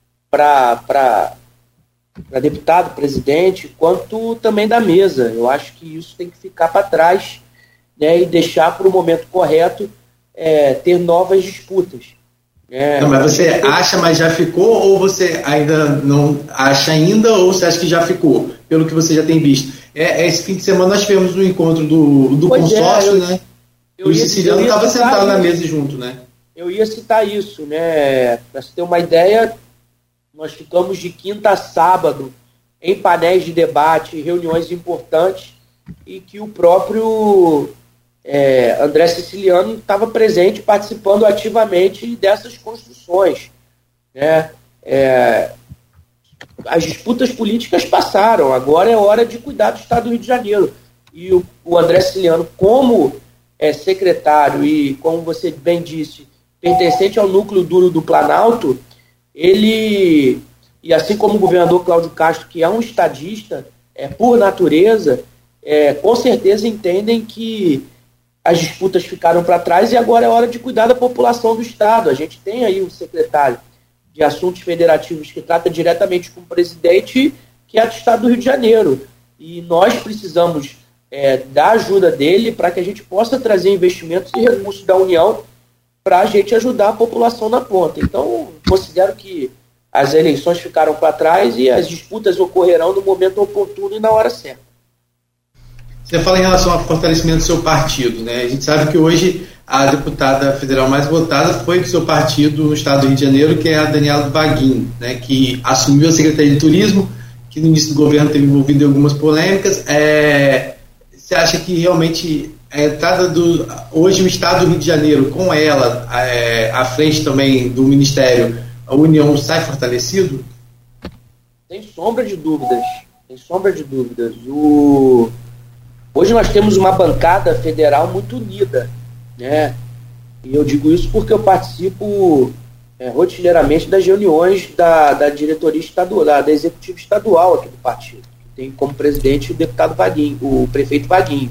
S3: para deputado, presidente, quanto também da mesa. Eu acho que isso tem que ficar para trás, né, e deixar para o momento correto é, ter novas disputas. É,
S4: não, mas você acha, mas já ficou, ou você ainda não acha ainda, ou você acha que já ficou, pelo que você já tem visto? É, esse fim de semana nós tivemos um encontro do, do consórcio, é, eu, né? Eu o Siciliano estava sentado na mesa junto, né?
S3: Eu ia citar isso, né? Para você ter uma ideia, nós ficamos de quinta a sábado em painéis de debate, reuniões importantes, e que o próprio É, André Siciliano estava presente, participando ativamente dessas construções, né? É, as disputas políticas passaram, agora é hora de cuidar do Estado do Rio de Janeiro. E o, o André Siciliano, como é, secretário e, como você bem disse, pertencente ao núcleo duro do Planalto, ele, e assim como o governador Cláudio Castro, que é um estadista é, por natureza, é, com certeza entendem que as disputas ficaram para trás e agora é hora de cuidar da população do Estado. A gente tem aí um secretário de Assuntos Federativos que trata diretamente com o presidente, que é do Estado do Rio de Janeiro. E nós precisamos é, da ajuda dele para que a gente possa trazer investimentos e recursos da União para a gente ajudar a população na ponta. Então, considero que as eleições ficaram para trás e as disputas ocorrerão no momento oportuno e na hora certa.
S4: Você fala em relação ao fortalecimento do seu partido, né? A gente sabe que hoje a deputada federal mais votada foi do seu partido no estado do Rio de Janeiro, que é a Daniela Vaguinho, né? Que assumiu a Secretaria de Turismo, que no início do governo teve envolvido em algumas polêmicas. É, você acha que realmente a entrada do... Hoje o estado do Rio de Janeiro, com ela é, à frente também do Ministério, a União sai fortalecido?
S3: Sem sombra de dúvidas. Sem sombra de dúvidas. O... Hoje nós temos uma bancada federal muito unida, né? E eu digo isso porque eu participo é, rotineiramente das reuniões da, da diretoria estadual, da, da executiva estadual aqui do partido, que tem como presidente o deputado Vaguinho, o prefeito Vaguinho.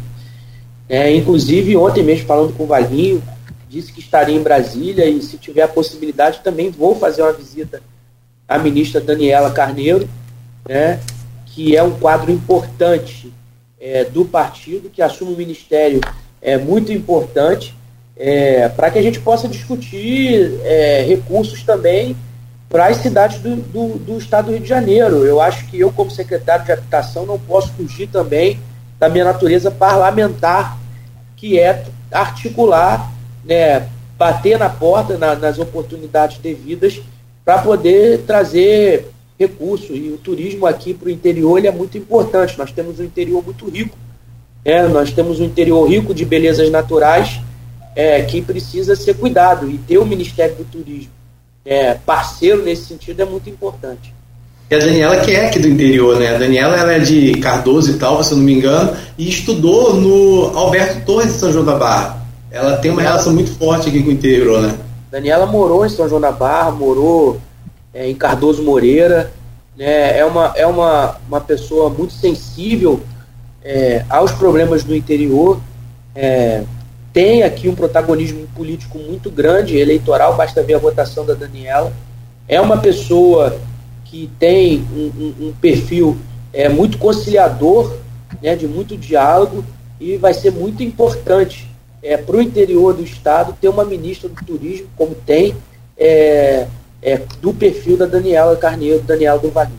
S3: É, inclusive, ontem mesmo, falando com o Vaguinho, disse que estaria em Brasília e, se tiver a possibilidade, também vou fazer uma visita à ministra Daniela Carneiro, né, que é um quadro importante é, do partido, que assume um ministério é, muito importante, é, para que a gente possa discutir é, recursos também para as cidades do, do, do estado do Rio de Janeiro. Eu acho que eu, como secretário de habitação, não posso fugir também da minha natureza parlamentar, que é articular, né, bater na porta na, nas oportunidades devidas para poder trazer recursos. E o turismo aqui para o interior ele é muito importante. Nós temos um interior muito rico, né? Nós temos um interior rico de belezas naturais é, que precisa ser cuidado, e ter o Ministério do Turismo é, parceiro nesse sentido é muito importante.
S4: E a Daniela, que é aqui do interior, né? A Daniela, ela é de Cardoso e tal, se eu não me engano, e estudou no Alberto Torres de São João da Barra. Ela tem uma Daniela, relação muito forte aqui com o interior, né?
S3: Daniela morou em São João da Barra, morou é, em Cardoso Moreira, né? É uma, é uma, uma pessoa muito sensível é, aos problemas do interior, é, tem aqui um protagonismo político muito grande, eleitoral, basta ver a votação da Daniela. É uma pessoa que tem um, um, um perfil é, muito conciliador, né, de muito diálogo, e vai ser muito importante é, para o interior do estado ter uma ministra do turismo, como tem, é, é, do perfil da Daniela Carneiro, Daniela do Vaguinho.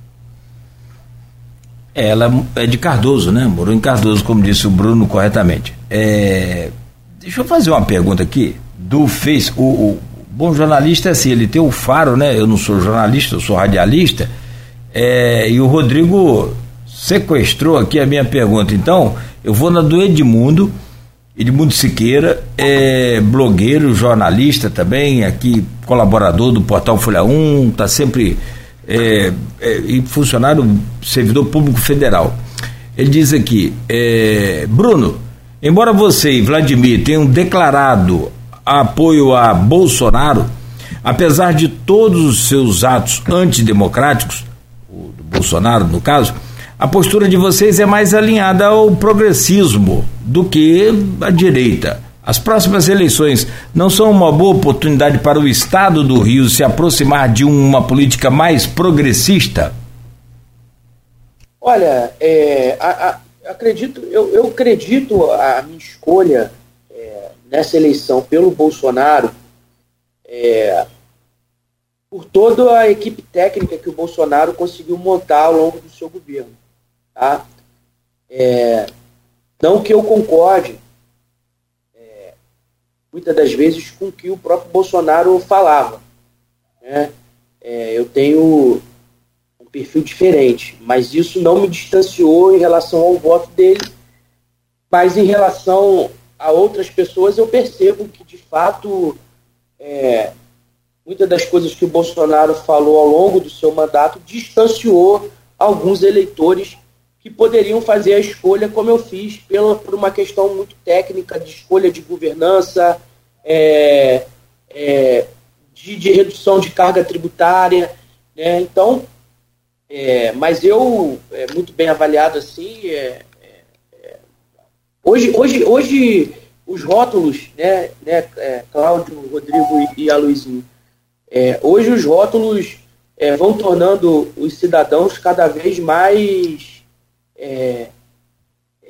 S2: Ela é de Cardoso, né? Morou em Cardoso, como disse o Bruno corretamente. É, deixa eu fazer uma pergunta aqui do Face. O, o bom jornalista é assim, ele tem o faro, né? Eu não sou jornalista, eu sou radialista, é, e o Rodrigo sequestrou aqui a minha pergunta. Então, eu vou na do Edmundo, Edmundo Siqueira, é blogueiro, jornalista também, aqui colaborador do portal Folha um, está sempre é, é, e funcionário, servidor público federal. Ele diz aqui, é, Bruno, embora você e Vladimir tenham declarado apoio a Bolsonaro, apesar de todos os seus atos antidemocráticos, o do Bolsonaro no caso, a postura de vocês é mais alinhada ao progressismo do que à direita. As próximas eleições não são uma boa oportunidade para o estado do Rio se aproximar de uma política mais progressista?
S3: Olha, é, a, a, acredito, eu, eu acredito a minha escolha é, nessa eleição pelo Bolsonaro, é, por toda a equipe técnica que o Bolsonaro conseguiu montar ao longo do seu governo. Tá? É, não que eu concorde é, muitas das vezes com o que o próprio Bolsonaro falava, né? É, eu tenho um perfil diferente, mas isso não me distanciou em relação ao voto dele, mas em relação a outras pessoas eu percebo que de fato é, muitas das coisas que o Bolsonaro falou ao longo do seu mandato distanciou alguns eleitores que poderiam fazer a escolha como eu fiz, pela, por uma questão muito técnica de escolha de governança, é, é, de, de redução de carga tributária, né? Então, é, mas eu, é, muito bem avaliado assim, é, é, hoje, hoje, hoje os rótulos, né, né, é, Cláudio, Rodrigo e, e Aloizinho, é, hoje os rótulos é, vão tornando os cidadãos cada vez mais É, é,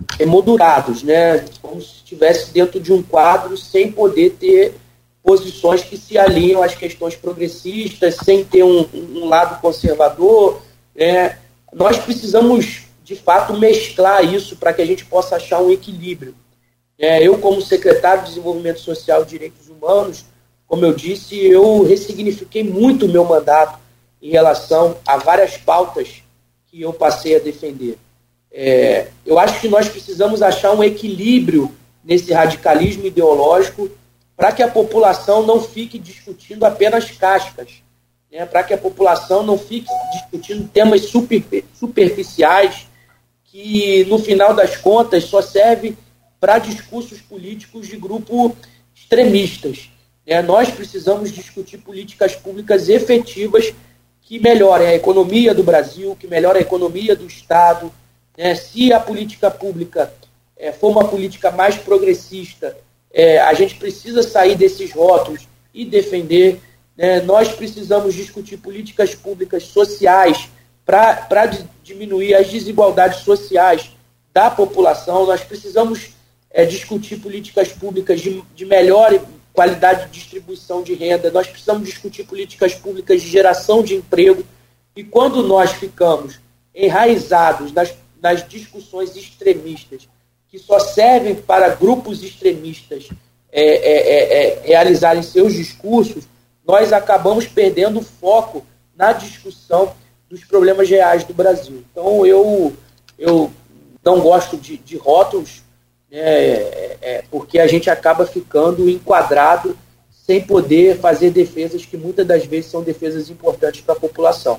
S3: emoldurados, né? Como se estivesse dentro de um quadro sem poder ter posições que se alinham às questões progressistas, sem ter um, um lado conservador. Né? Nós precisamos, de fato, mesclar isso para que a gente possa achar um equilíbrio. É, eu, como secretário de Desenvolvimento Social e Direitos Humanos, como eu disse, eu ressignifiquei muito o meu mandato em relação a várias pautas que eu passei a defender. É, eu acho que nós precisamos achar um equilíbrio nesse radicalismo ideológico para que a população não fique discutindo apenas cascas, né, para que a população não fique discutindo temas super, superficiais que, no final das contas, só servem para discursos políticos de grupo extremistas. Né? Nós precisamos discutir políticas públicas efetivas que melhorem a economia do Brasil, que melhorem a economia do Estado. Né? Se a política pública é, for uma política mais progressista, é, a gente precisa sair desses rótulos e defender. Né? Nós precisamos discutir políticas públicas sociais para diminuir as desigualdades sociais da população. Nós precisamos é, discutir políticas públicas de, de melhor qualidade de distribuição de renda. Nós precisamos discutir políticas públicas de geração de emprego. E quando nós ficamos enraizados nas, nas discussões extremistas, que só servem para grupos extremistas é, é, é, é, realizarem seus discursos, nós acabamos perdendo o foco na discussão dos problemas reais do Brasil. Então, eu, eu não gosto de, de rótulos, né, é, é, porque a gente acaba ficando enquadrado sem poder fazer defesas que muitas das vezes são defesas importantes para a população.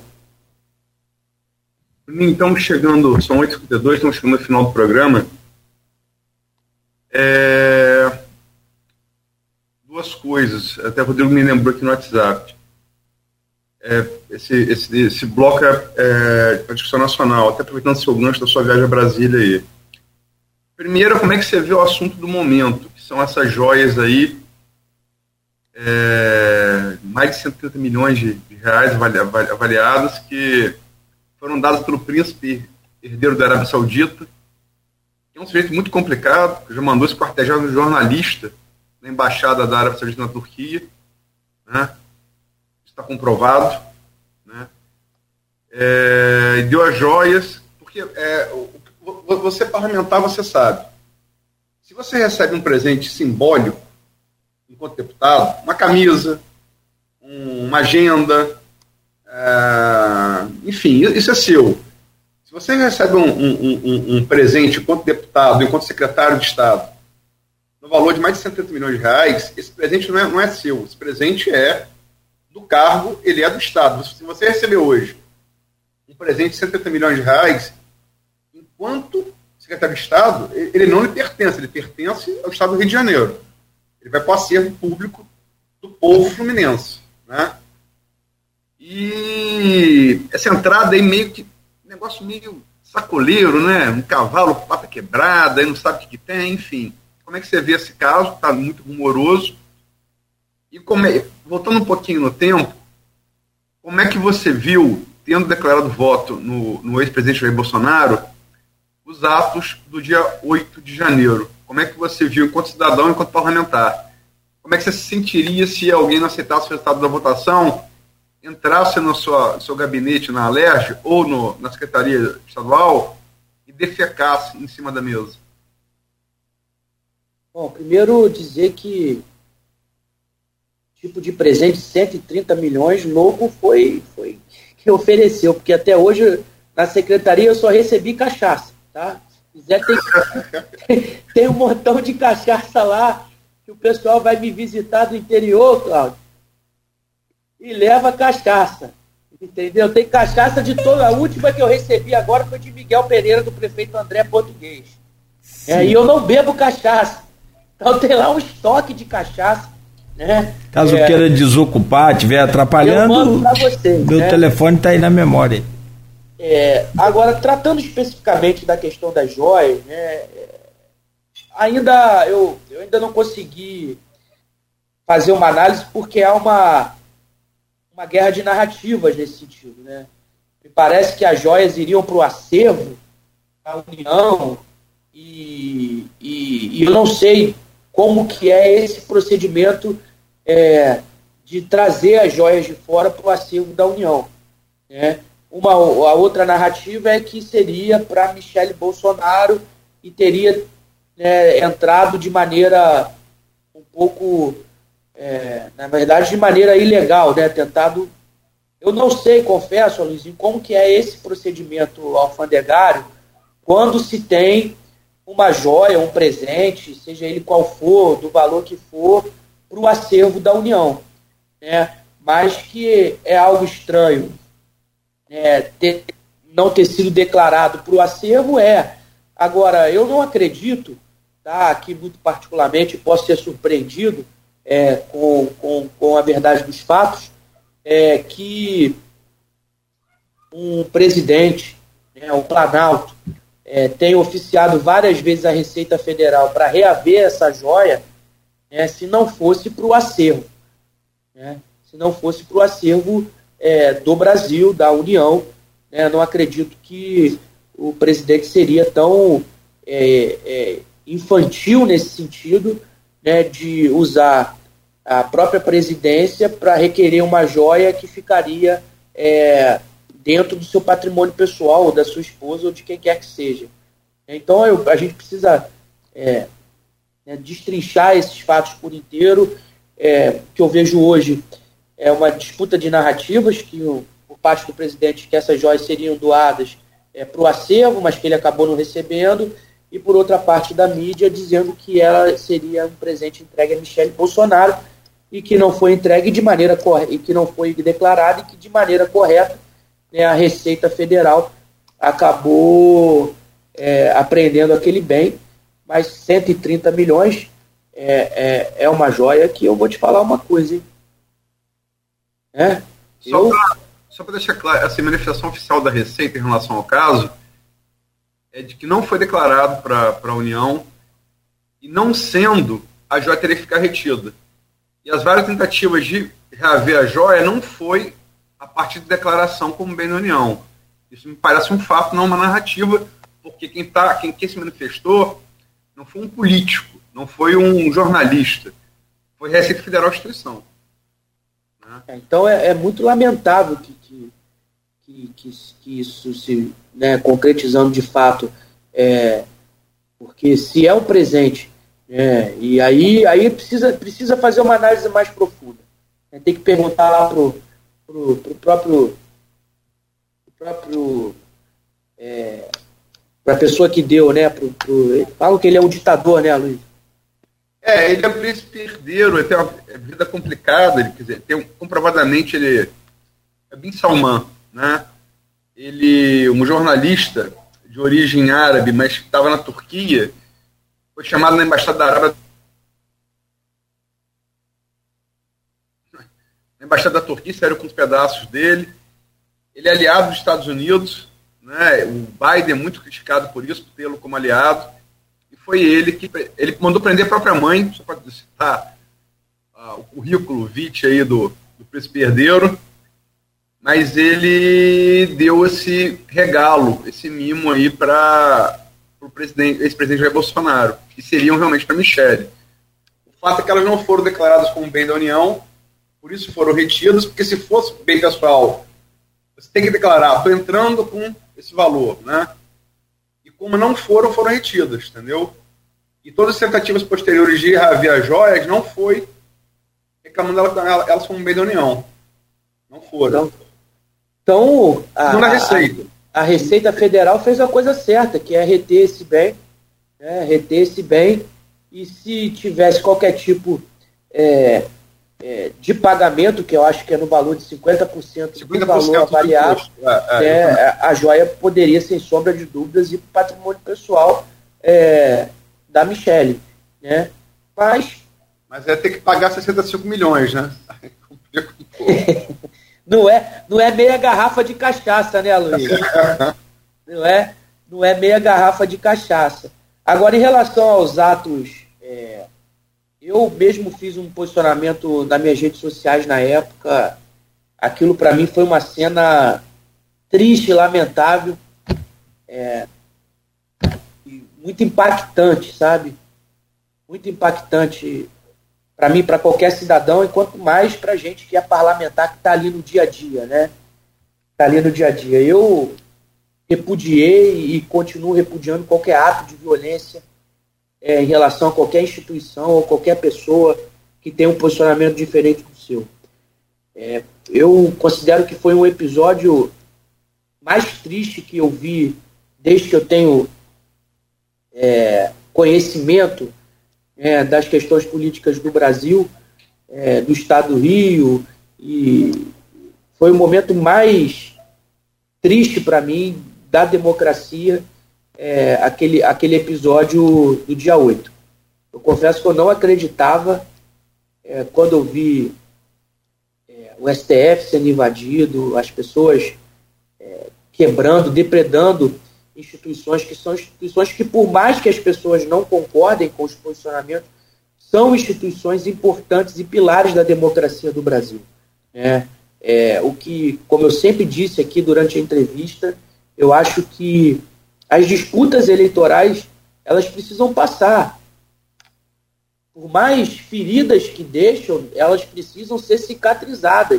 S5: Então, chegando, são oito e cinquenta e dois, estamos chegando no final do programa. É... Duas coisas, até o Rodrigo me lembrou aqui no WhatsApp. É, esse, esse, esse bloco é, é a discussão nacional, até aproveitando o seu gancho da sua viagem a Brasília aí. Primeiro, como é que você vê o assunto do momento, que são essas joias aí, é, mais de cento e trinta milhões de, de reais avaliadas, que foram dadas pelo príncipe herdeiro da Arábia Saudita, que é um sujeito muito complicado, que já mandou se quartejar um jornalista na embaixada da Arábia Saudita na Turquia, né? Está comprovado, né? É, e deu as joias, porque é, você parlamentar, você sabe, se você recebe um presente simbólico, enquanto deputado, uma camisa, um, uma agenda, é, enfim, isso é seu. Se você recebe um, um, um, um presente enquanto deputado, enquanto secretário de Estado, no valor de mais de cento e trinta milhões de reais, esse presente não é, não é seu, esse presente é do cargo, ele é do Estado. Se você receber hoje um presente de cento e trinta milhões de reais, enquanto secretário de Estado, ele não lhe pertence, ele pertence ao Estado do Rio de Janeiro. Ele vai para o acervo público do povo fluminense. Né? E essa entrada aí meio que, um negócio meio sacoleiro, né? Um cavalo com pata quebrada, aí não sabe o que, que tem, enfim. Como é que você vê esse caso? Está muito rumoroso. E como é, voltando um pouquinho no tempo, como é que você viu, tendo declarado voto no, no ex-presidente Jair Bolsonaro, os atos do dia oito de janeiro? Como é que você viu, enquanto cidadão, enquanto parlamentar? Como é que você se sentiria se alguém não aceitasse o resultado da votação, entrasse no sua, seu gabinete na Alerj ou no, na Secretaria Estadual e defecasse em cima da mesa?
S3: Bom, primeiro dizer que tipo de presente de cento e trinta milhões louco foi, foi que ofereceu, porque até hoje na secretaria eu só recebi cachaça, tá? Se quiser, tem, tem um montão de cachaça lá que o pessoal vai me visitar do interior, Cláudio, e leva cachaça, entendeu? Tem cachaça de toda. A última que eu recebi agora foi de Miguel Pereira, do prefeito André Português. É, e eu não bebo cachaça. Então tem lá um estoque de cachaça, né?
S2: Caso
S3: é,
S2: queira desocupar, estiver atrapalhando,
S3: eu mando pra vocês,
S2: meu
S3: né?
S2: telefone está aí na memória.
S3: É, agora, tratando especificamente da questão das joias, né, ainda, eu, eu ainda não consegui fazer uma análise porque há uma, uma guerra de narrativas nesse sentido. Né? Me parece que as joias iriam para o acervo, a União, e, e, e eu não sei como que é esse procedimento é, de trazer as joias de fora para o acervo da União, né? Uma, a outra narrativa é que seria para Michele Bolsonaro e teria, né, entrado de maneira um pouco, é, na verdade, de maneira ilegal, né, tentado. Eu não sei, confesso, Luizinho, como que é esse procedimento alfandegário quando se tem uma joia, um presente, seja ele qual for, do valor que for, para o acervo da União, né? Mas que é algo estranho, é, ter, não ter sido declarado para o acervo é. Agora, eu não acredito, tá, aqui muito particularmente, posso ser surpreendido é, com, com, com a verdade dos fatos, é, que um presidente, né, o Planalto, é, tem oficiado várias vezes a Receita Federal para reaver essa joia, né, se não fosse para o acervo, né, se não fosse para o acervo é, do Brasil, da União, né, não acredito que o presidente seria tão é, é, infantil nesse sentido, né, de usar a própria presidência para requerer uma joia que ficaria é, dentro do seu patrimônio pessoal, ou da sua esposa, ou de quem quer que seja. Então, eu, a gente precisa é, né, destrinchar esses fatos por inteiro. É, que eu vejo hoje é uma disputa de narrativas, que o, por parte do presidente, que essas joias seriam doadas é, para o acervo, mas que ele acabou não recebendo, e por outra parte da mídia dizendo que ela seria um presente entregue a Michele Bolsonaro e que não foi entregue de maneira correta, e que não foi declarado, e que de maneira correta, né, a Receita Federal acabou é, apreendendo aquele bem, mas cento e trinta milhões é, é, é uma joia que eu vou te falar uma coisa, hein? É,
S5: só eu... para deixar claro, essa manifestação oficial da Receita em relação ao caso é de que não foi declarado para a União, e não sendo, a joia teria que ficar retida. E as várias tentativas de reaver a joia não foi a partir de declaração como bem da União. Isso me parece um fato, não uma narrativa, porque quem, tá, quem, quem se manifestou não foi um político, não foi um jornalista, foi a Receita Federal Instituição. Né?
S3: Então é, é muito lamentável que, que, que, que, que isso se, né, concretizando de fato, é, porque se é um presente, é, e aí, aí precisa, precisa fazer uma análise mais profunda. É, tem que perguntar lá pro, pro, pro próprio, pro próprio é, para a pessoa que deu, né? Pro, pro, falam que ele é um ditador, né, Luiz?
S5: É, ele é um príncipe herdeiro, ele tem uma vida complicada, ele, quer dizer, tem um, comprovadamente ele é Bin Salman, né? Ele, um jornalista de origem árabe, mas que estava na Turquia, foi chamado na Embaixada da Arábia, na Embaixada da Turquia, saíram com os pedaços dele. Ele é aliado dos Estados Unidos, né? O Biden é muito criticado por isso, por tê-lo como aliado, e foi ele que ele mandou prender a própria mãe, só para citar uh, o currículo vitae aí do, do príncipe herdeiro, mas ele deu esse regalo, esse mimo aí para o ex-presidente Jair Bolsonaro, que seriam realmente para Michele. O fato é que elas não foram declaradas como bem da União, por isso foram retidas, porque se fosse bem pessoal, você tem que declarar, estou entrando com esse valor, né? E como não foram, foram retidas, entendeu? E todas as tentativas posteriores de reaver as joias não foi reclamando elas, elas como bem da União. Não foram.
S3: Então, a,
S5: não na Receita.
S3: A, a Receita Federal fez a coisa certa, que é reter esse bem, né? Reter esse bem, e se tivesse qualquer tipo é, é, de pagamento, que eu acho que é no valor de cinquenta por cento,
S5: cinquenta
S3: do valor avaliado,
S5: é, é,
S3: é, a joia poderia, sem sombra de dúvidas, ir para o patrimônio pessoal é, da Michele, né? Mas...
S5: Mas é ter que pagar sessenta e cinco milhões, né? Complica um pouco.
S3: Não é, não é meia garrafa de cachaça, né, Luiz? Não é, não é meia garrafa de cachaça. Agora, em relação aos atos, é, eu mesmo fiz um posicionamento nas minhas redes sociais na época. Aquilo, para mim, foi uma cena triste, lamentável. É, muito impactante, sabe? Muito impactante para mim, para qualquer cidadão, e quanto mais para a gente que é parlamentar, que está ali no dia a dia, né? Está ali no dia a dia. Eu repudiei e continuo repudiando qualquer ato de violência é, em relação a qualquer instituição ou qualquer pessoa que tenha um posicionamento diferente do seu. É, eu considero que foi um episódio mais triste que eu vi desde que eu tenho é, conhecimento é, das questões políticas do Brasil, é, do Estado do Rio, e foi o momento mais triste para mim da democracia, é, aquele, aquele episódio do dia oito. Eu confesso que eu não acreditava é, quando eu vi é, o S T F sendo invadido, as pessoas é, quebrando, depredando instituições que são instituições que, por mais que as pessoas não concordem com os posicionamentos, são instituições importantes e pilares da democracia do Brasil. É, é, o que, como eu sempre disse aqui durante a entrevista, eu acho que as disputas eleitorais, elas precisam passar. Por mais feridas que deixam, elas precisam ser cicatrizadas.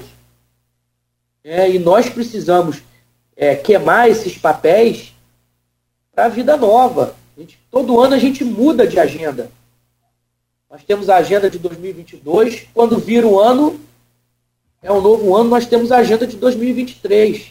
S3: É, e nós precisamos é, queimar esses papéis para a vida nova. A gente, todo ano a gente muda de agenda. Nós temos a agenda de dois mil e vinte e dois, quando vira o ano, é um novo ano, nós temos a agenda de dois mil e vinte e três.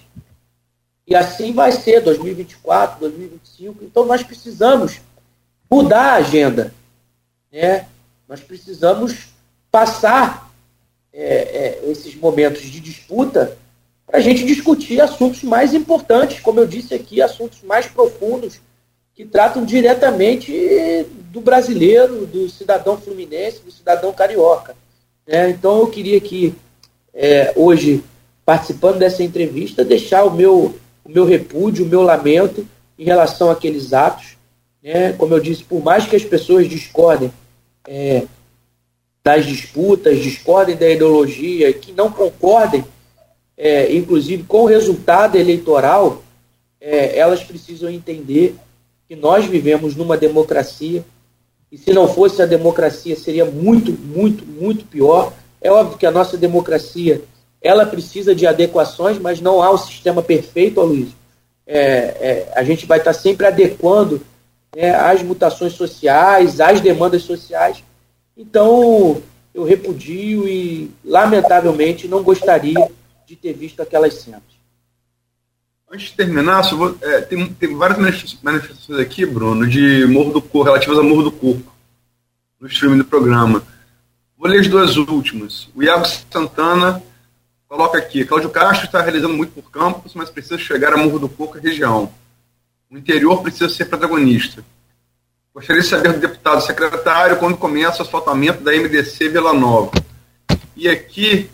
S3: E assim vai ser, dois mil e vinte e quatro, dois mil e vinte e cinco. Então nós precisamos mudar a agenda. Né? Nós precisamos passar é, é, esses momentos de disputa para a gente discutir assuntos mais importantes, como eu disse aqui, assuntos mais profundos, que tratam diretamente do brasileiro, do cidadão fluminense, do cidadão carioca. Né? Então eu queria que, é, hoje, participando dessa entrevista, deixar o meu, o meu repúdio, o meu lamento em relação àqueles atos. Né? Como eu disse, por mais que as pessoas discordem é, das disputas, discordem da ideologia, que não concordem, é, inclusive, com o resultado eleitoral, é, elas precisam entender que nós vivemos numa democracia, e se não fosse a democracia seria muito, muito, muito pior. É óbvio que a nossa democracia, ela precisa de adequações, mas não há um sistema perfeito, Aloysio. É, é, a gente vai estar sempre adequando, né, às mutações sociais, às demandas sociais. Então, eu repudio e, lamentavelmente, não gostaria de ter visto aquelas cenas.
S5: Antes de terminar, só vou, é, tem, tem várias manifestações aqui, Bruno, de Morro do Coco, relativas a Morro do Coco, no streaming do programa. Vou ler as duas últimas. O Iago Santana coloca aqui: Cláudio Castro está realizando muito por campus, mas precisa chegar a Morro do Coco e região. O interior precisa ser protagonista. Gostaria de saber do deputado secretário quando começa o asfaltamento da M D C Vila Nova. E aqui,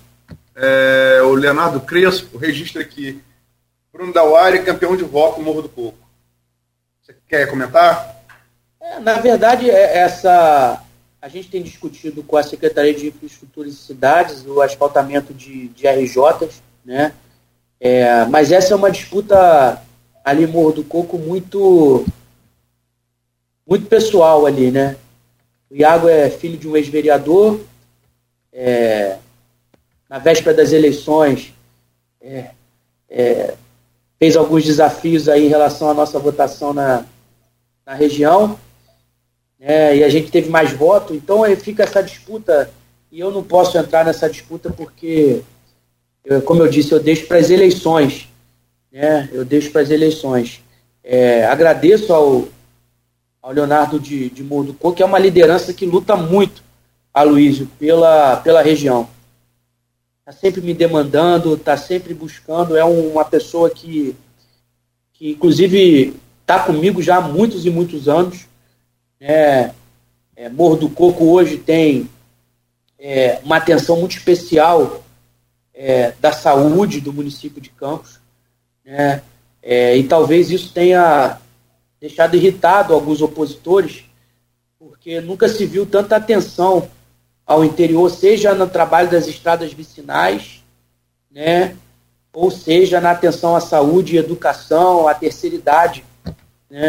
S5: é, o Leonardo Crespo registra aqui: Bruno Dauari, campeão de voto no Morro do Coco. Você quer comentar?
S3: É, na verdade, essa, a gente tem discutido com a Secretaria de Infraestrutura e Cidades o asfaltamento de, de R Js, né? É, mas essa é uma disputa ali, Morro do Coco, muito, muito pessoal ali, né? O Iago é filho de um ex-vereador, é, na véspera das eleições, é, é, fez alguns desafios aí em relação à nossa votação na, na região, né, e a gente teve mais voto, então aí fica essa disputa, e eu não posso entrar nessa disputa porque, eu, como eu disse, eu deixo para as eleições, né, eu deixo para as eleições. É, agradeço ao, ao Leonardo de, de Morro do Coco, que é uma liderança que luta muito, Aloysio, pela, pela região. Está sempre me demandando, está sempre buscando, é uma pessoa que, que inclusive, está comigo já há muitos e muitos anos. É, é, Morro do Coco hoje tem é, uma atenção muito especial é, da saúde do município de Campos, né? É, e talvez isso tenha deixado irritado alguns opositores, porque nunca se viu tanta atenção ao interior, seja no trabalho das estradas vicinais, né, ou seja na atenção à saúde e educação, à terceira idade, né.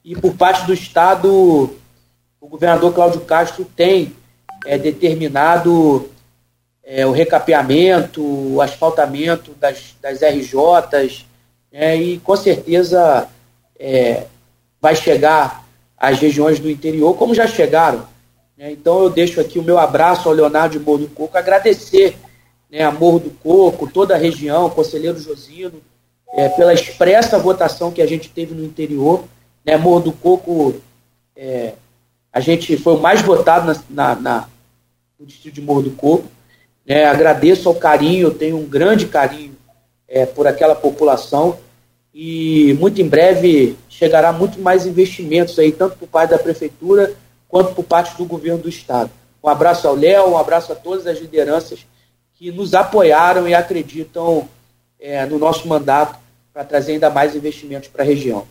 S3: E por parte do Estado, o governador Cláudio Castro tem é, determinado é, o recapeamento, o asfaltamento das, das R Js, é, e com certeza é, vai chegar às regiões do interior, como já chegaram. Né? Então eu deixo aqui o meu abraço ao Leonardo de Morro do Coco, agradecer, né, a Morro do Coco, toda a região, conselheiro Josino, é, pela expressa votação que a gente teve no interior. Né? Morro do Coco, é, a gente foi o mais votado na, na, na, no distrito de Morro do Coco. É, agradeço ao carinho, eu tenho um grande carinho é, por aquela população, e muito em breve chegará muito mais investimentos aí, tanto por parte da prefeitura quanto por parte do governo do estado. Um abraço ao Léo, um abraço a todas as lideranças que nos apoiaram e acreditam é, no nosso mandato para trazer ainda mais investimentos para a região.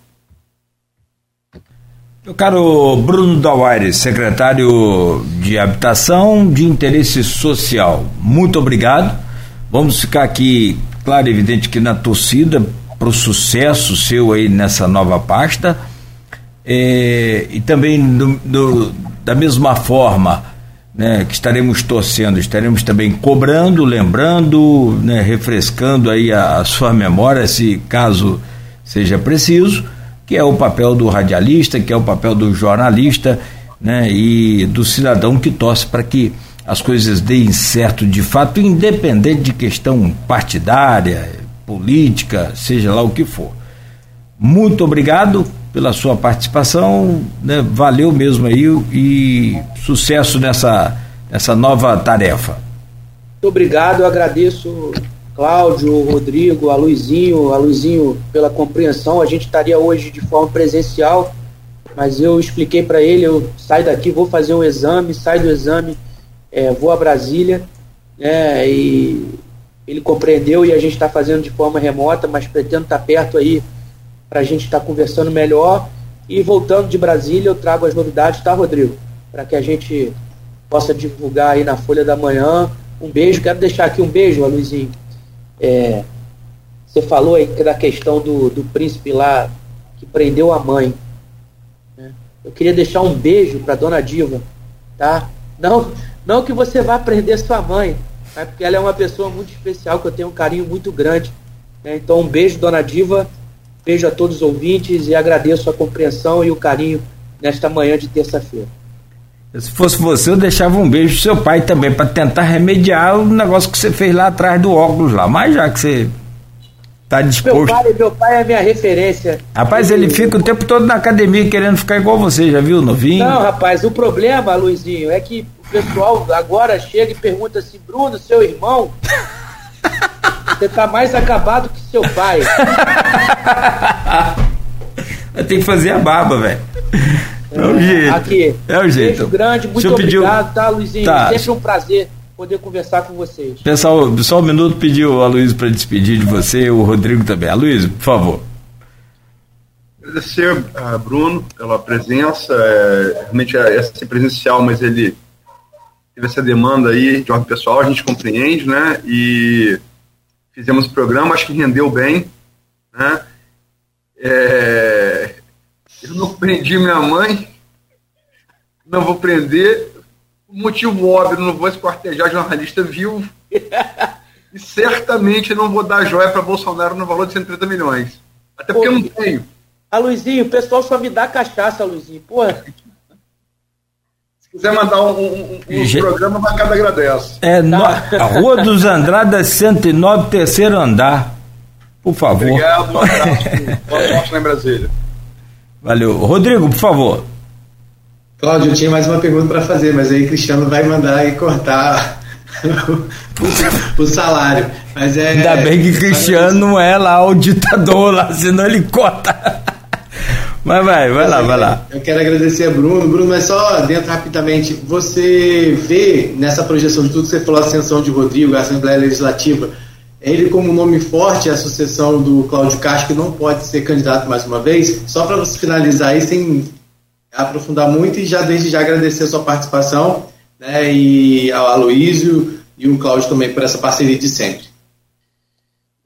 S2: Meu caro Bruno Dauares, secretário de Habitação de Interesse Social, muito obrigado. Vamos ficar aqui, claro e evidente, que na torcida para o sucesso seu aí nessa nova pasta, é, e também do, do, da mesma forma, né, que estaremos torcendo, estaremos também cobrando, lembrando, né, refrescando aí a, a sua memória, se caso seja preciso, que é o papel do radialista, que é o papel do jornalista, né, e do cidadão que torce para que as coisas deem certo de fato, independente de questão partidária, política, seja lá o que for. Muito obrigado pela sua participação, né, valeu mesmo aí, e sucesso nessa, nessa nova tarefa.
S3: Muito obrigado, eu agradeço Cláudio, Rodrigo, a Luizinho, a Luizinho pela compreensão. A gente estaria hoje de forma presencial, mas eu expliquei para ele, eu saio daqui, vou fazer um exame, saio do exame, é, vou a Brasília, né, e ele compreendeu, e a gente está fazendo de forma remota, mas pretendo estar perto aí para a gente estar conversando melhor. E voltando de Brasília, eu trago as novidades, tá, Rodrigo? Para que a gente possa divulgar aí na Folha da Manhã. Um beijo, quero deixar aqui um beijo, Luizinho. É, você falou aí da questão do, do príncipe lá que prendeu a mãe, né? Eu queria deixar um beijo para dona Diva, tá? Não, não que você vá prender sua mãe, tá? Porque ela é uma pessoa muito especial, que eu tenho um carinho muito grande, né? Então um beijo, dona Diva, beijo a todos os ouvintes, e agradeço a compreensão e o carinho nesta manhã de terça-feira.
S2: Se fosse você, eu deixava um beijo pro seu pai também, para tentar remediar o negócio que você fez lá atrás do óculos lá, mas já que você tá disposto...
S3: Meu pai, meu pai é a minha referência.
S2: Rapaz, ele fica o tempo todo na academia querendo ficar igual você, já viu, novinho?
S3: Não, rapaz, o problema, Luizinho, é que o pessoal agora chega e pergunta assim: Bruno, seu irmão, você tá mais acabado que seu pai.
S2: Tem que fazer a barba, velho. É o jeito.
S3: Aqui,
S2: é o jeito.
S3: Beijo grande, muito obrigado, pediu... tá, Luizinho? Tá. Sempre um prazer poder conversar com vocês.
S2: Pessoal, só um minuto, pediu a Luiz para despedir de você, o Rodrigo também. A Luiz, por favor.
S5: Agradecer a uh, Bruno pela presença, é, realmente é, é ser presencial, mas ele teve essa demanda aí de ordem pessoal, a gente compreende, né? E fizemos o programa, acho que rendeu bem, né? É... Eu não prendi minha mãe, não vou prender, motivo óbvio, não vou esquartejar jornalista vivo, e certamente não vou dar joia para Bolsonaro no valor de cento e trinta milhões. Até porque Pô, eu não tenho.
S3: Ah, Luizinho, o pessoal só me dá cachaça, Luizinho. Porra.
S5: Se quiser mandar um, um, um Ge... programa, a bancada agradece.
S2: É, no... a Rua dos Andradas, cento e nove, terceiro andar. Por favor.
S5: Obrigado, um abraço. Boa sorte lá em Brasília. Valeu.
S2: Rodrigo, por favor.
S4: Cláudio, eu tinha mais uma pergunta para fazer, mas aí Cristiano vai mandar e cortar o, o salário. Mas é,
S2: ainda bem que Cristiano não é lá o ditador lá, senão ele corta. Mas vai, vai lá, vai lá.
S4: Eu quero agradecer a Bruno. Bruno, mas só dentro rapidamente, você vê nessa projeção de tudo que você falou, a ascensão de Rodrigo, a Assembleia Legislativa, ele como nome forte, a sucessão do Cláudio Castro, que não pode ser candidato mais uma vez, só para você finalizar aí, sem aprofundar muito, e já desde já agradecer a sua participação, né, e ao Aloísio e o Cláudio também por essa parceria de sempre.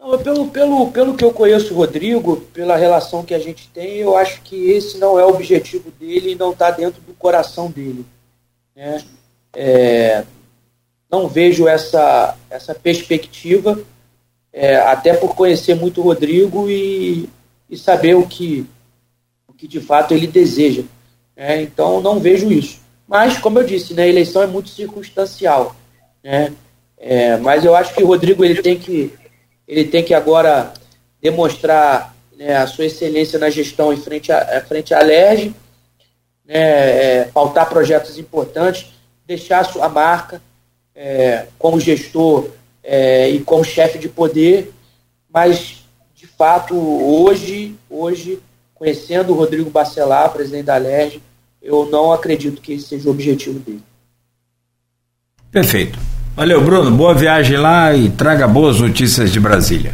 S3: Não, pelo, pelo, pelo que eu conheço o Rodrigo, pela relação que a gente tem, eu acho que esse não é o objetivo dele e não está dentro do coração dele, né? É, não vejo essa, essa perspectiva, é, até por conhecer muito o Rodrigo e, e saber o que, o que de fato ele deseja, né? Então não vejo isso. Mas, como eu disse, né, a eleição é muito circunstancial, né? É, mas eu acho que o Rodrigo ele tem que, ele tem que agora demonstrar, né, a sua excelência na gestão em frente à frente à Alerj, né, é, pautar projetos importantes, deixar a sua marca é, como gestor é, e como chefe de poder, mas, de fato, hoje, hoje conhecendo o Rodrigo Bacelar, presidente da Alerj, eu não acredito que esse seja o objetivo dele.
S2: Perfeito. Valeu, Bruno. Boa viagem lá e traga boas notícias de Brasília.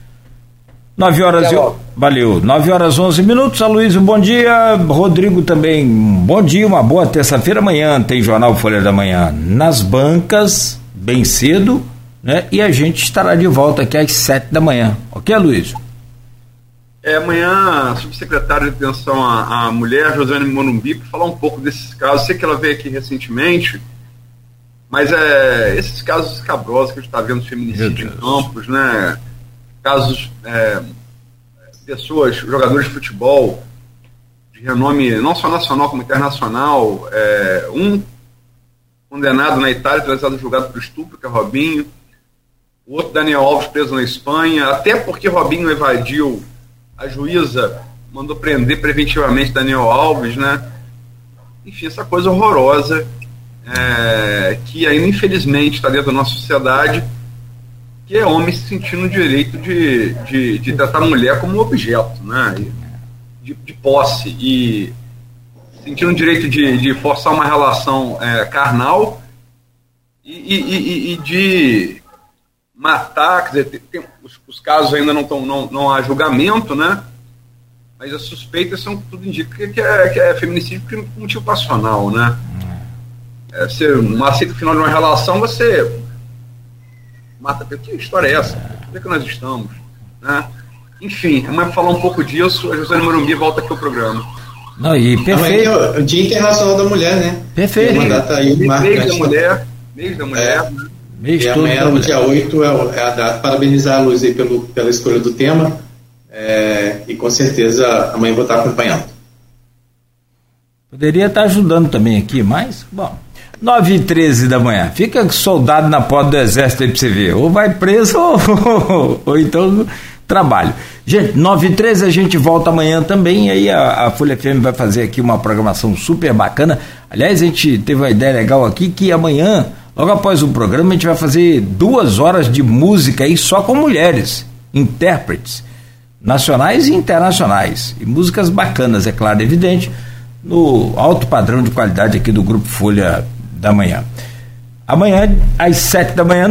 S2: Nove horas e... Valeu. Nove horas onze minutos. Aloysio, bom dia. Rodrigo também, bom dia, uma boa terça-feira. Amanhã tem Jornal Folha da Manhã nas bancas, bem cedo, né? E a gente estará de volta aqui às sete da manhã. Ok, Aloysio?
S5: É, amanhã, a subsecretária de Atenção à, à Mulher, Josiane Morumbi, para falar um pouco desses casos. Sei que ela veio aqui recentemente, mas é, esses casos escabrosos que a gente está vendo, feminicídio em Campos, né? Casos, é, pessoas, jogadores de futebol de renome não só nacional como internacional, é, um condenado na Itália, trazado julgado por estupro, que é Robinho, o outro, Daniel Alves, preso na Espanha, até porque Robinho evadiu, a juíza mandou prender preventivamente Daniel Alves, né? Enfim, essa coisa horrorosa, é, que ainda infelizmente está dentro da nossa sociedade, que é homem se sentindo o direito de, de, de tratar a mulher como objeto, né? De, de posse, e sentindo o direito de, de forçar uma relação é, carnal e, e, e, e de matar, quer dizer, tem, os, os casos ainda não, tão, não, não há julgamento, né? Mas as suspeitas são, tudo indica que é, que é feminicídio por motivo passional, né? É, você não aceita o final de uma relação, você mata. Que história é essa? Onde é que nós estamos? Né? Enfim, amanhã para falar um pouco disso, a Josiane Morumbi volta aqui ao programa.
S2: Não, e perfeito.
S4: Amanhã é o Dia Internacional da Mulher, né?
S2: Perfeito.
S4: Uma data aí,
S5: mês da mulher, mês da mulher.
S4: É.
S5: Né?
S2: Mês
S4: e amanhã, no dia oito, é, é a data. Parabenizar a Luz aí pelo, pela escolha do tema. É, e com certeza amanhã vou estar acompanhando.
S2: Poderia estar ajudando também aqui, mas, bom, nove e treze da manhã, fica soldado na porta do exército aí pra você ver, ou vai preso ou, ou então trabalho. Gente, nove e treze a gente volta amanhã também, e aí a, a Folha F M vai fazer aqui uma programação super bacana. Aliás, a gente teve uma ideia legal aqui, que amanhã, logo após o programa, a gente vai fazer duas horas de música aí só com mulheres, intérpretes, nacionais e internacionais, e músicas bacanas, é claro, evidente, no alto padrão de qualidade aqui do Grupo Folha da Manhã. Amanhã, às sete da manhã,